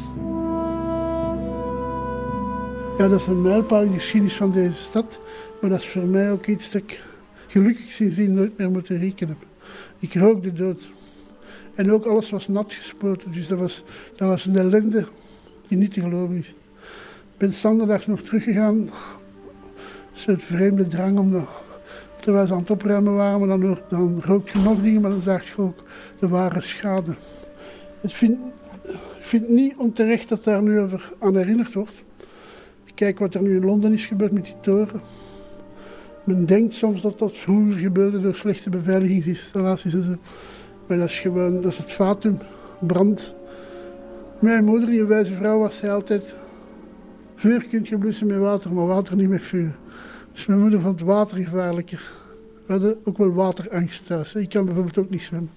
Ja, dat is een mijlpaal in de geschiedenis van deze stad, maar dat is voor mij ook iets dat ik gelukkig sindsdien nooit meer moeten rekenen heb. Ik rookte dood. En ook alles was nat gespoten, dus dat was een ellende die niet te geloven is. Ik ben standaard nog teruggegaan, een soort vreemde drang, omdat terwijl ze aan het opruimen waren, maar dan rook je nog dingen, maar dan zag je ook de ware schade. Ik vind het niet onterecht dat daar nu over aan herinnerd wordt. Kijk wat er nu in Londen is gebeurd met die toren. Men denkt soms dat dat vroeger gebeurde door slechte beveiligingsinstallaties en zo. Maar dat is gewoon, dat is het fatum, brand. Mijn moeder, die een wijze vrouw was, zei altijd: vuur kun je blussen met water, maar water niet met vuur. Dus mijn moeder vond water gevaarlijker. We hadden ook wel waterangst thuis. Ik kan bijvoorbeeld ook niet zwemmen.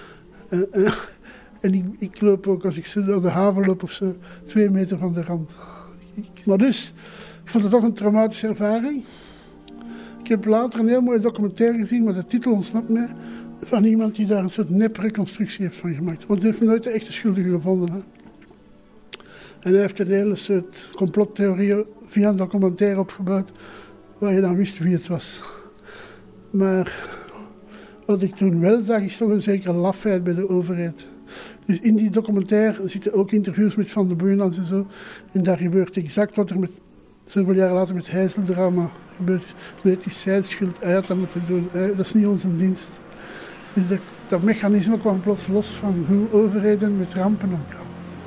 En ik loop ook, als ik zo naar de haven loop of zo, 2 meter van de rand. Maar dus, ik vond het toch een traumatische ervaring. Ik heb later een heel mooie documentaire gezien, maar de titel ontsnapt mij, van iemand die daar een soort nepreconstructie heeft van gemaakt. Want hij heeft nooit de echte schuldige gevonden. Hè. En hij heeft een hele soort complottheorieën via een documentaire opgebouwd, waar je dan wist wie het was. Maar wat ik toen wel zag, is toch een zekere lafheid bij de overheid. Dus in die documentaire zitten ook interviews met Van den Buynans en zo. En daar gebeurt exact wat er zoveel jaar later met Heizeldrama gebeurd is. Nee, het is zijn schuld, hij had dat moeten doen. Dat is niet onze dienst. Dus dat mechanisme kwam plots los van hoe overheden met rampen omgaan.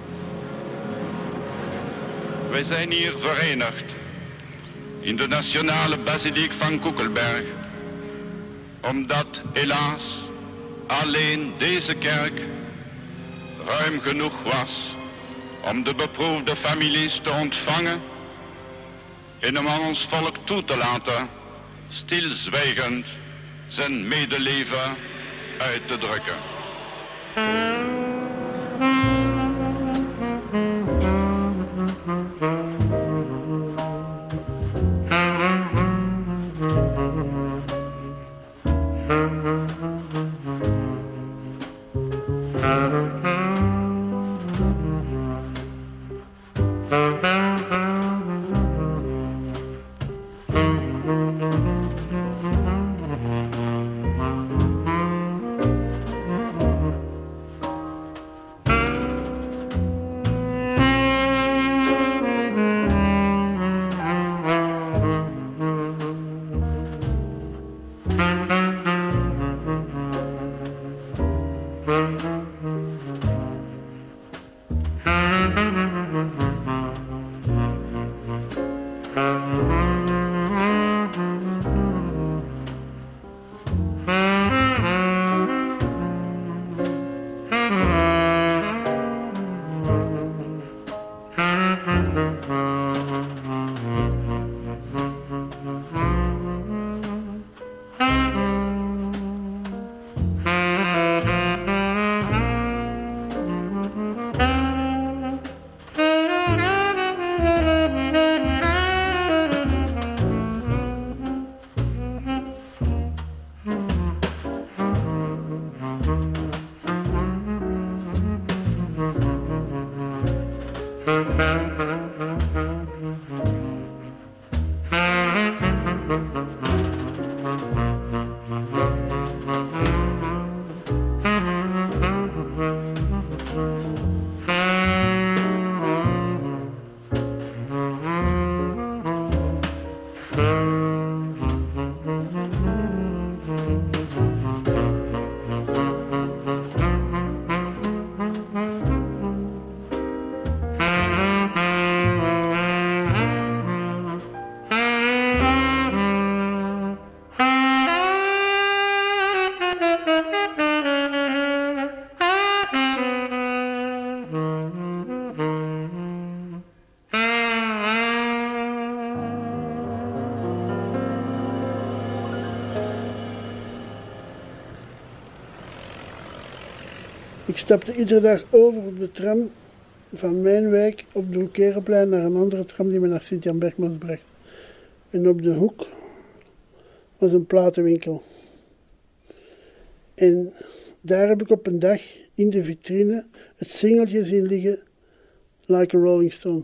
Wij zijn hier verenigd in de nationale basiliek van Koekelberg, omdat helaas alleen deze kerk ruim genoeg was om de beproefde families te ontvangen en om aan ons volk toe te laten stilzwijgend zijn medeleven uit te drukken. Ik stapte iedere dag over op de tram van mijn wijk op de Hoekerenplein naar een andere tram die me naar Sint-Jan Bergmans bracht. En op de hoek was een platenwinkel. En daar heb ik op een dag in de vitrine het singeltje zien liggen, Like a Rolling Stone.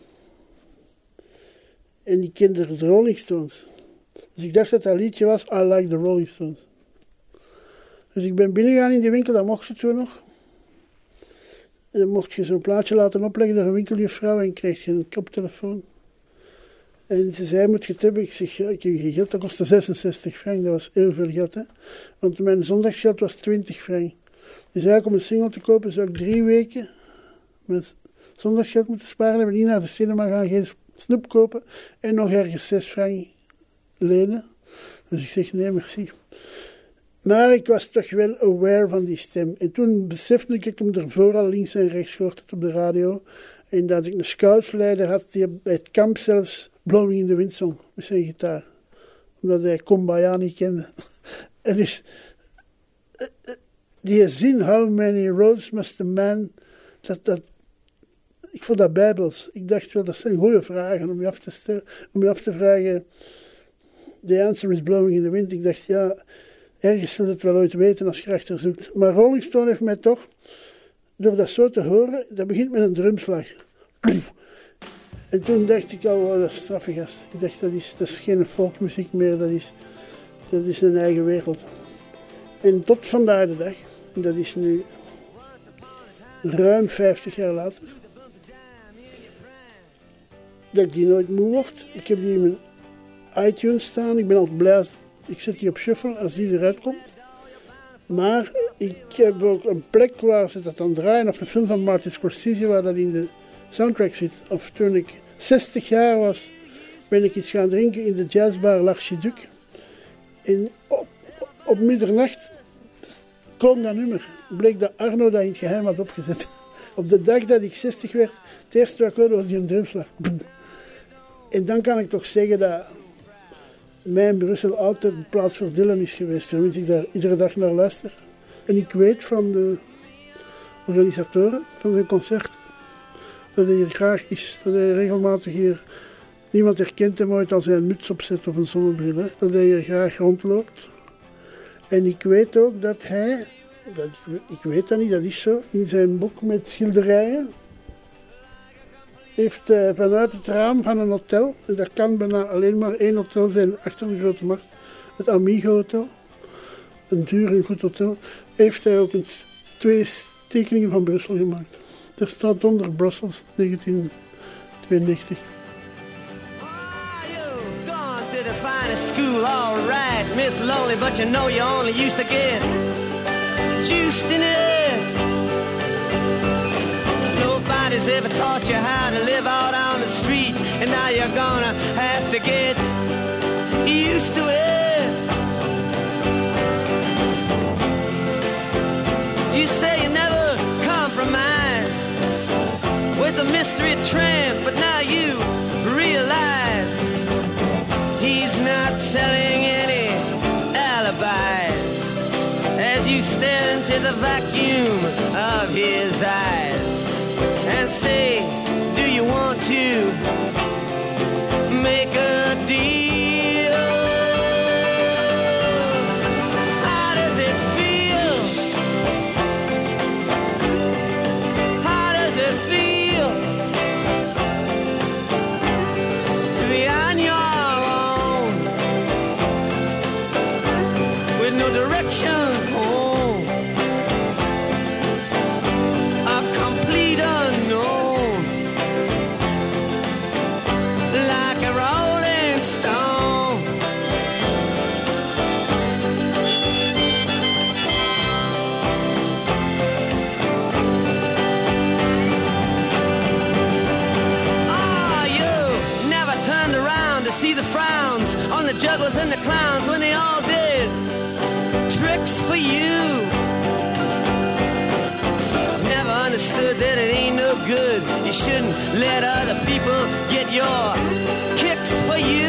En ik kende de Rolling Stones. Dus ik dacht dat dat liedje was, I Like the Rolling Stones. Dus ik ben binnengegaan in die winkel, dat mocht je toen nog. En dan mocht je zo'n plaatje laten opleggen door een winkeljuffrouw en kreeg je een koptelefoon. En ze zei, moet je het hebben? Ik zeg, ja, ik heb geen geld, dat kostte 66 frank, dat was heel veel geld. Hè? Want mijn zondagsgeld was 20 frank. Dus eigenlijk om een single te kopen zou ik 3 weken mijn zondagsgeld moeten sparen, hebben niet naar de cinema gaan, geen snoep kopen en nog ergens 6 frank lenen. Dus ik zeg, nee, merci. Maar ik was toch wel aware van die stem. En toen besefte ik hem ervoor al links en rechts gehoord op de radio. En dat ik een scoutsleider had die bij het kamp zelfs Blowing in the Wind zong met zijn gitaar. Omdat hij Kumbaya niet kende. En dus die zin, how many roads must a man... Ik vond dat bijbels. Ik dacht wel, dat zijn goede vragen om je af te stellen. Om je af te vragen, the answer is blowing in the wind. Ik dacht, ja... Ergens zult het wel ooit weten als je erachter zoekt. Maar Rolling Stone heeft mij toch, door dat zo te horen, dat begint met een drumslag. En toen dacht ik al, oh, dat is straffe gast. Ik dacht, dat is geen folkmuziek meer, dat is een eigen wereld. En tot vandaag de dag, en dat is nu ruim 50 jaar later, dat ik die nooit moe word. Ik heb die in mijn iTunes staan, ik ben altijd blij als... Ik zet die op shuffle als die eruit komt. Maar ik heb ook een plek waar ze dat dan draaien. Of een film van Martin Scorsese waar dat in de soundtrack zit. Of toen ik 60 jaar was, ben ik iets gaan drinken in de jazzbar L'Archiduc. En op middernacht klonk dat nummer. Bleek dat Arno dat in het geheim had opgezet. Op de dag dat ik 60 werd, het eerste wat ik hoorde was die een drumslag. En dan kan ik toch zeggen dat mijn Brussel altijd een plaats voor Dylan is geweest. Tenminste, ik daar iedere dag naar luister. En ik weet van de organisatoren van zijn concert dat hij hier graag is. Dat hij regelmatig hier... Niemand herkent hem ooit als hij een muts opzet of een zonnebril. Hè. Dat hij hier graag rondloopt. En ik weet ook dat hij... ik weet dat niet, dat is zo. In zijn boek met schilderijen heeft hij vanuit het raam van een hotel, en dat kan bijna alleen maar één hotel zijn achter de Grote Markt, het Amigo Hotel, een duur en goed hotel, heeft hij ook 2 tekeningen van Brussel gemaakt. Er staat onder Brussels 1992. To the finest school, all right, Miss Lonely, but you know you only used to get juiced in it. Nobody's ever taught you how to live out on the street, and now you're gonna have to get used to it. You say you never compromise with a mystery tramp, but now you realize he's not selling any alibis as you stare into the vacuum of his eyes and say, do you want to make a deal? How does it feel? How does it feel to be on your own with no direction home? A complete unknown, like a rolling stone. Oh, you never turned around to see the frowns on the jugglers and the clowns when they all did tricks for you. Never understood that it ain't no good. You shouldn't let other people get your kicks for you.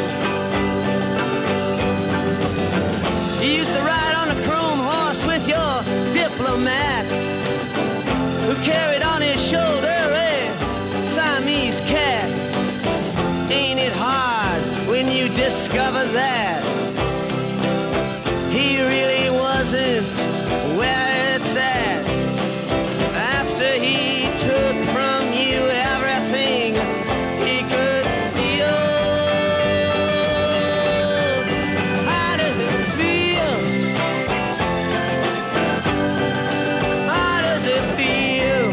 You used to ride on a chrome horse with your diplomat, who carried on his shoulder a Siamese cat. Ain't it hard when you discover that he really wasn't where it's at? After he took from you everything he could steal. How does it feel? How does it feel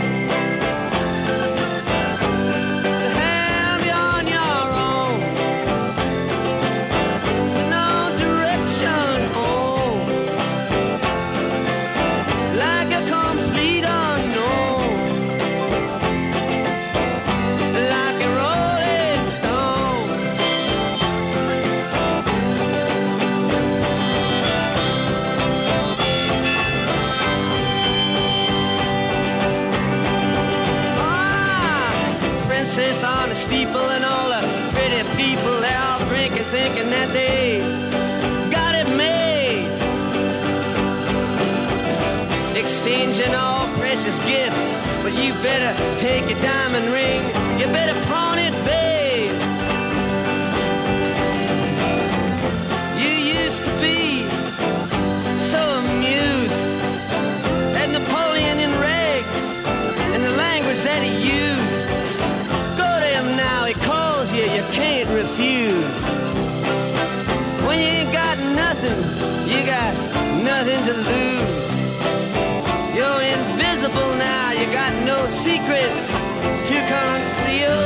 to have you on your own with no direction home, like a complete unknown, like a rolling stone? Princess on a steeple and all the pretty people, they're all drinking, thinking that they got it made, exchanging all precious gifts. But you better take your diamond ring, you better pawn it, babe. You used to be so amused at Napoleon in rags and the language that he used. Go to him now, he calls you, you can't refuse. When you ain't got nothing, you got nothing to lose. You're invisible now, you got no secrets to conceal.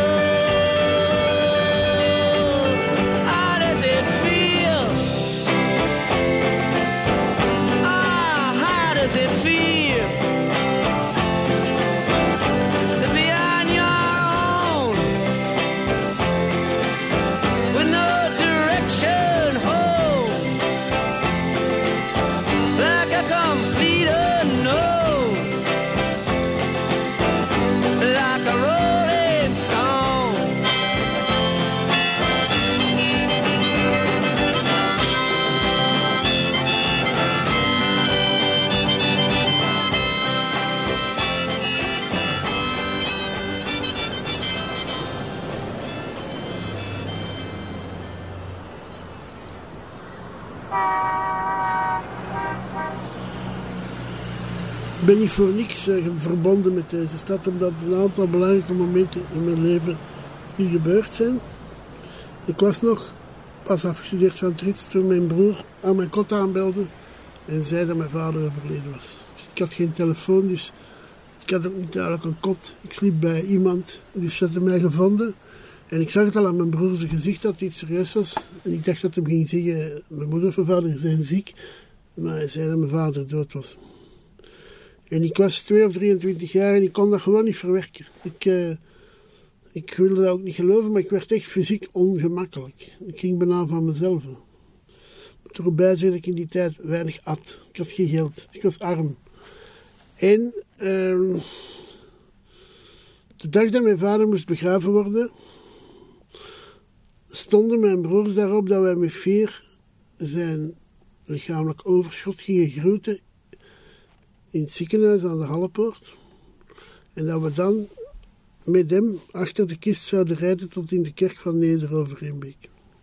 How does it feel? Ah, how does it feel to be on your own with no direction home, like a complete unknown, Ik ben niet voor niks verbonden met deze stad, omdat een aantal belangrijke momenten in mijn leven hier gebeurd zijn. Ik was nog pas afgestudeerd van Trits toen mijn broer aan mijn kot aanbelde en zei dat mijn vader overleden was. Dus ik had geen telefoon, dus ik had ook niet duidelijk een kot. Ik sliep bij iemand, die had mij gevonden. En ik zag het al aan mijn broer zijn gezicht dat het iets serieus was. En ik dacht dat hij ging zeggen, mijn moeder of mijn vader zijn ziek. Maar hij zei dat mijn vader dood was. En ik was 2 of 23 jaar en ik kon dat gewoon niet verwerken. Ik wilde dat ook niet geloven, maar ik werd echt fysiek ongemakkelijk. Ik ging bijna van mezelf. Ik moet erbij zeggen dat ik in die tijd weinig at. Ik had geen geld. Ik was arm. En de dag dat mijn vader moest begraven worden, stonden mijn broers daarop dat wij met 4 zijn lichamelijk overschot gingen groeten in het ziekenhuis aan de Hallepoort. En dat we dan met hem achter de kist zouden rijden tot in de kerk van Neder-Overeenbeek.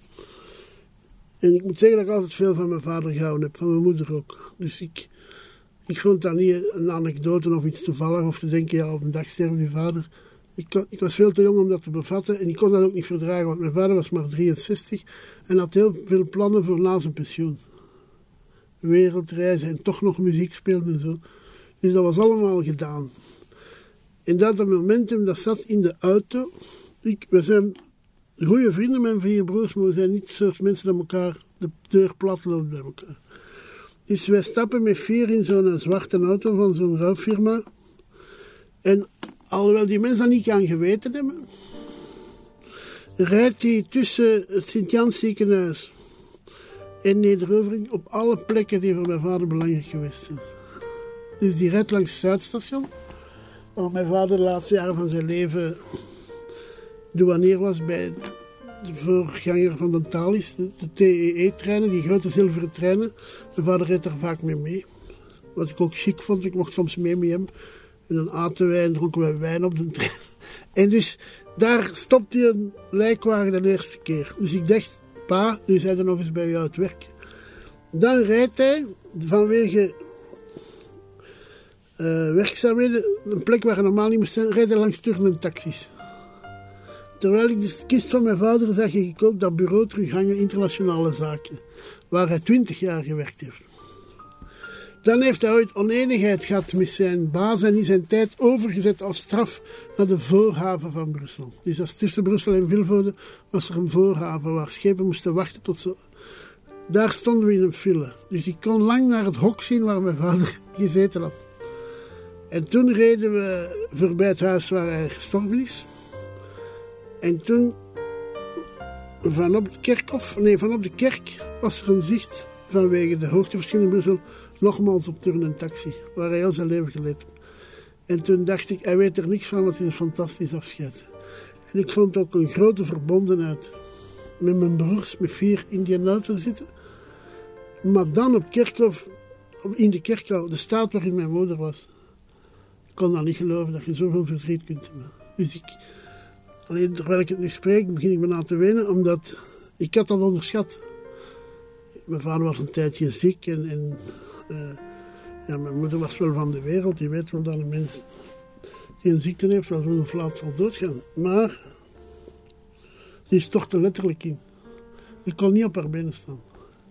En ik moet zeggen dat ik altijd veel van mijn vader gehouden heb, van mijn moeder ook. Dus ik vond dat niet een anekdote of iets toevallig of te denken, ja, op een dag sterft die vader. Ik was veel te jong om dat te bevatten en ik kon dat ook niet verdragen, want mijn vader was maar 63 en had heel veel plannen voor na zijn pensioen. Wereldreizen en toch nog muziek speelden en zo. Dus dat was allemaal gedaan. En dat momentum, dat zat in de auto. We zijn goede vrienden, mijn 4 broers, maar we zijn niet soort mensen dat elkaar de deur plat lopen bij elkaar. Dus wij stappen met 4 in zo'n zwarte auto van zo'n rouwfirma. En alhoewel die mensen dat niet kan geweten hebben, rijdt hij tussen het Sint-Jans ziekenhuis en Neder-Overeenbeek op alle plekken die voor mijn vader belangrijk geweest zijn. Dus die rijdt langs het Zuidstation, waar mijn vader de laatste jaren van zijn leven douanier was bij de voorganger van de Thalys, de TEE-treinen, die grote zilveren treinen. Mijn vader reed daar vaak mee. Wat ik ook chic vond, ik mocht soms mee met hem. En dan aten wij en dronken wij wijn op de trein. En dus daar stopte hij een lijkwagen de eerste keer. Dus ik dacht, pa, nu zijn er nog eens bij jou het werk. Dan rijdt hij vanwege werkzaamheden, een plek waar hij normaal niet moest zijn, rijdt hij langs turnen taxis. Terwijl ik de kist van mijn vader zag, ging ik ook dat bureau terughangen, internationale zaken, waar hij 20 jaar gewerkt heeft. Dan heeft hij ooit oneenigheid gehad met zijn baas en is zijn tijd overgezet als straf naar de voorhaven van Brussel. Dus als tussen Brussel en Vilvoorde was er een voorhaven waar schepen moesten wachten tot ze... Daar stonden we in een file. Dus ik kon lang naar het hok zien waar mijn vader gezeten had. En toen reden we voorbij het huis waar hij gestorven is. En toen, vanop de kerk was er een zicht vanwege de hoogteverschillen in Brussel nogmaals op turn en taxi, waar hij heel zijn leven geleid heeft. En toen dacht ik, hij weet er niks van, want het is een fantastisch afscheid. En ik vond ook een grote verbondenheid met mijn broers, met 4 in die auto zitten. Maar dan op Kerkhof, in de kerkhal, de staat waarin mijn moeder was. Ik kon dat niet geloven, dat je zoveel verdriet kunt hebben. Dus alleen terwijl ik het nu spreek, begin ik bijna te wenen, omdat ik had dat onderschat. Mijn vader was een tijdje ziek en mijn moeder was wel van de wereld. Die weet wel dat een mens die een ziekte heeft, wel vroeg of laat zal doodgaan. Maar die is toch te letterlijk in. Ik kon niet op haar benen staan.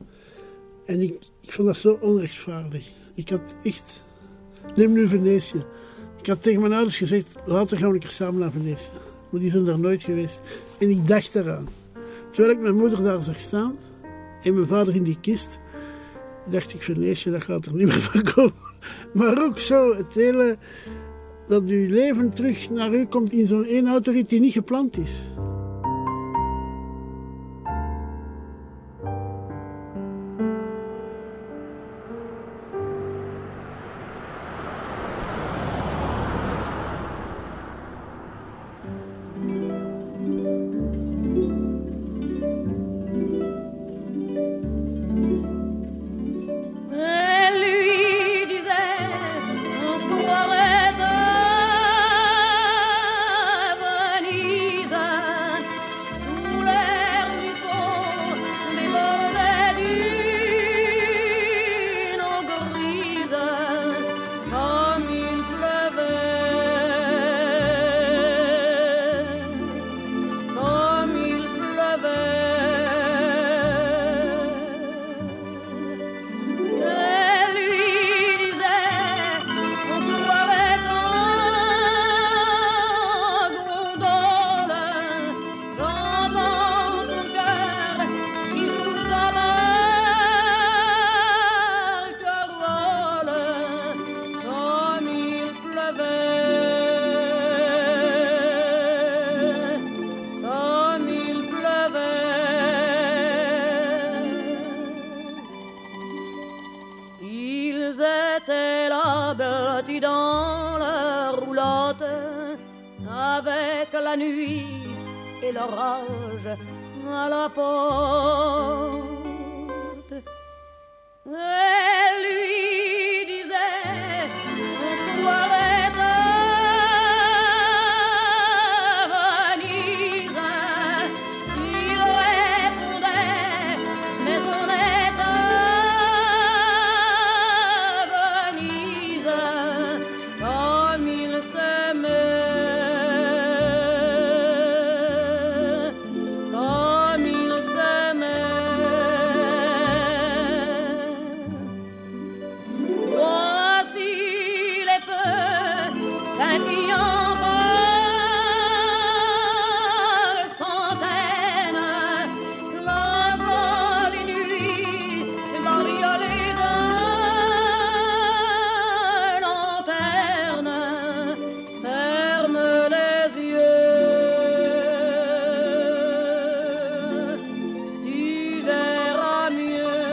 En ik vond dat zo onrechtvaardig. Ik had echt... Neem nu Venetië. Ik had tegen mijn ouders gezegd, later gaan we een keer samen naar Venetië. Maar die zijn daar nooit geweest. En ik dacht eraan. Terwijl ik mijn moeder daar zag staan en mijn vader in die kist, dacht ik, Venetië, dat gaat er niet meer van komen. Maar ook zo, het hele... dat uw leven terug naar u komt in zo'n één autorit die niet gepland is. Venise flotte avec la nuit et l'orage à la porte. Elle lui disait, on croirait à Venise. Il répondait, mais on est à Venise. Comme il s'aimait, comme il s'aimait. Voici les feux scintillant par centaines, l'enfant des nuits bariolé de lanterne. Ferme les yeux, tu verras mieux.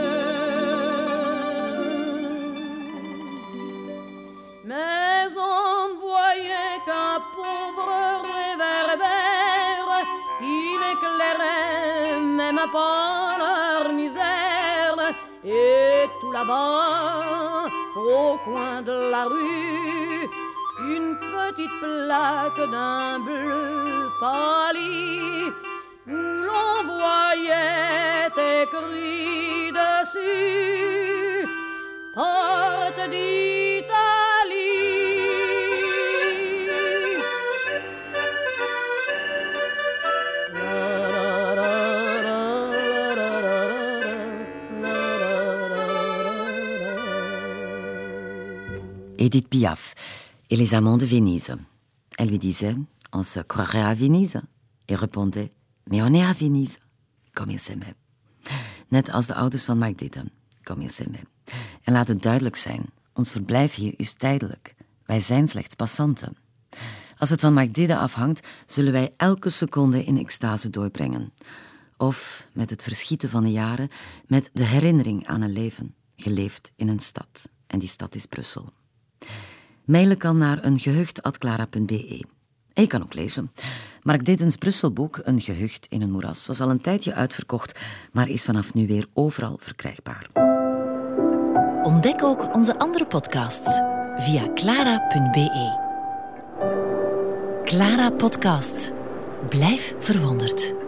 Mais on ne voyait qu'un pauvre réverbère qui n'éclairait même pas leur misère. Et tout là-bas, au coin de la rue, une petite plaque d'un bleu pâli où l'on voyait écrit dessus Porte d'Italie. Edith Piaf et les amants de Venise. Elle lui disait, on se croirait à Venise. Et répondait, mais on est à Venise. Comme il s'aimait. Net als de ouders van Mark Didden. Comme il s'aimait. En laat het duidelijk zijn, ons verblijf hier is tijdelijk. Wij zijn slechts passanten. Als het van Mark Didden afhangt, zullen wij elke seconde in extase doorbrengen. Of met het verschieten van de jaren, met de herinnering aan een leven, geleefd in een stad. En die stad is Brussel. Mailen kan naar eengehucht@clara.be. En je kan ook lezen. Mark Diddens Brusselboek, Een gehucht in een moeras, was al een tijdje uitverkocht, maar is vanaf nu weer overal verkrijgbaar. Ontdek ook onze andere podcasts via clara.be. Clara Podcast. Blijf verwonderd.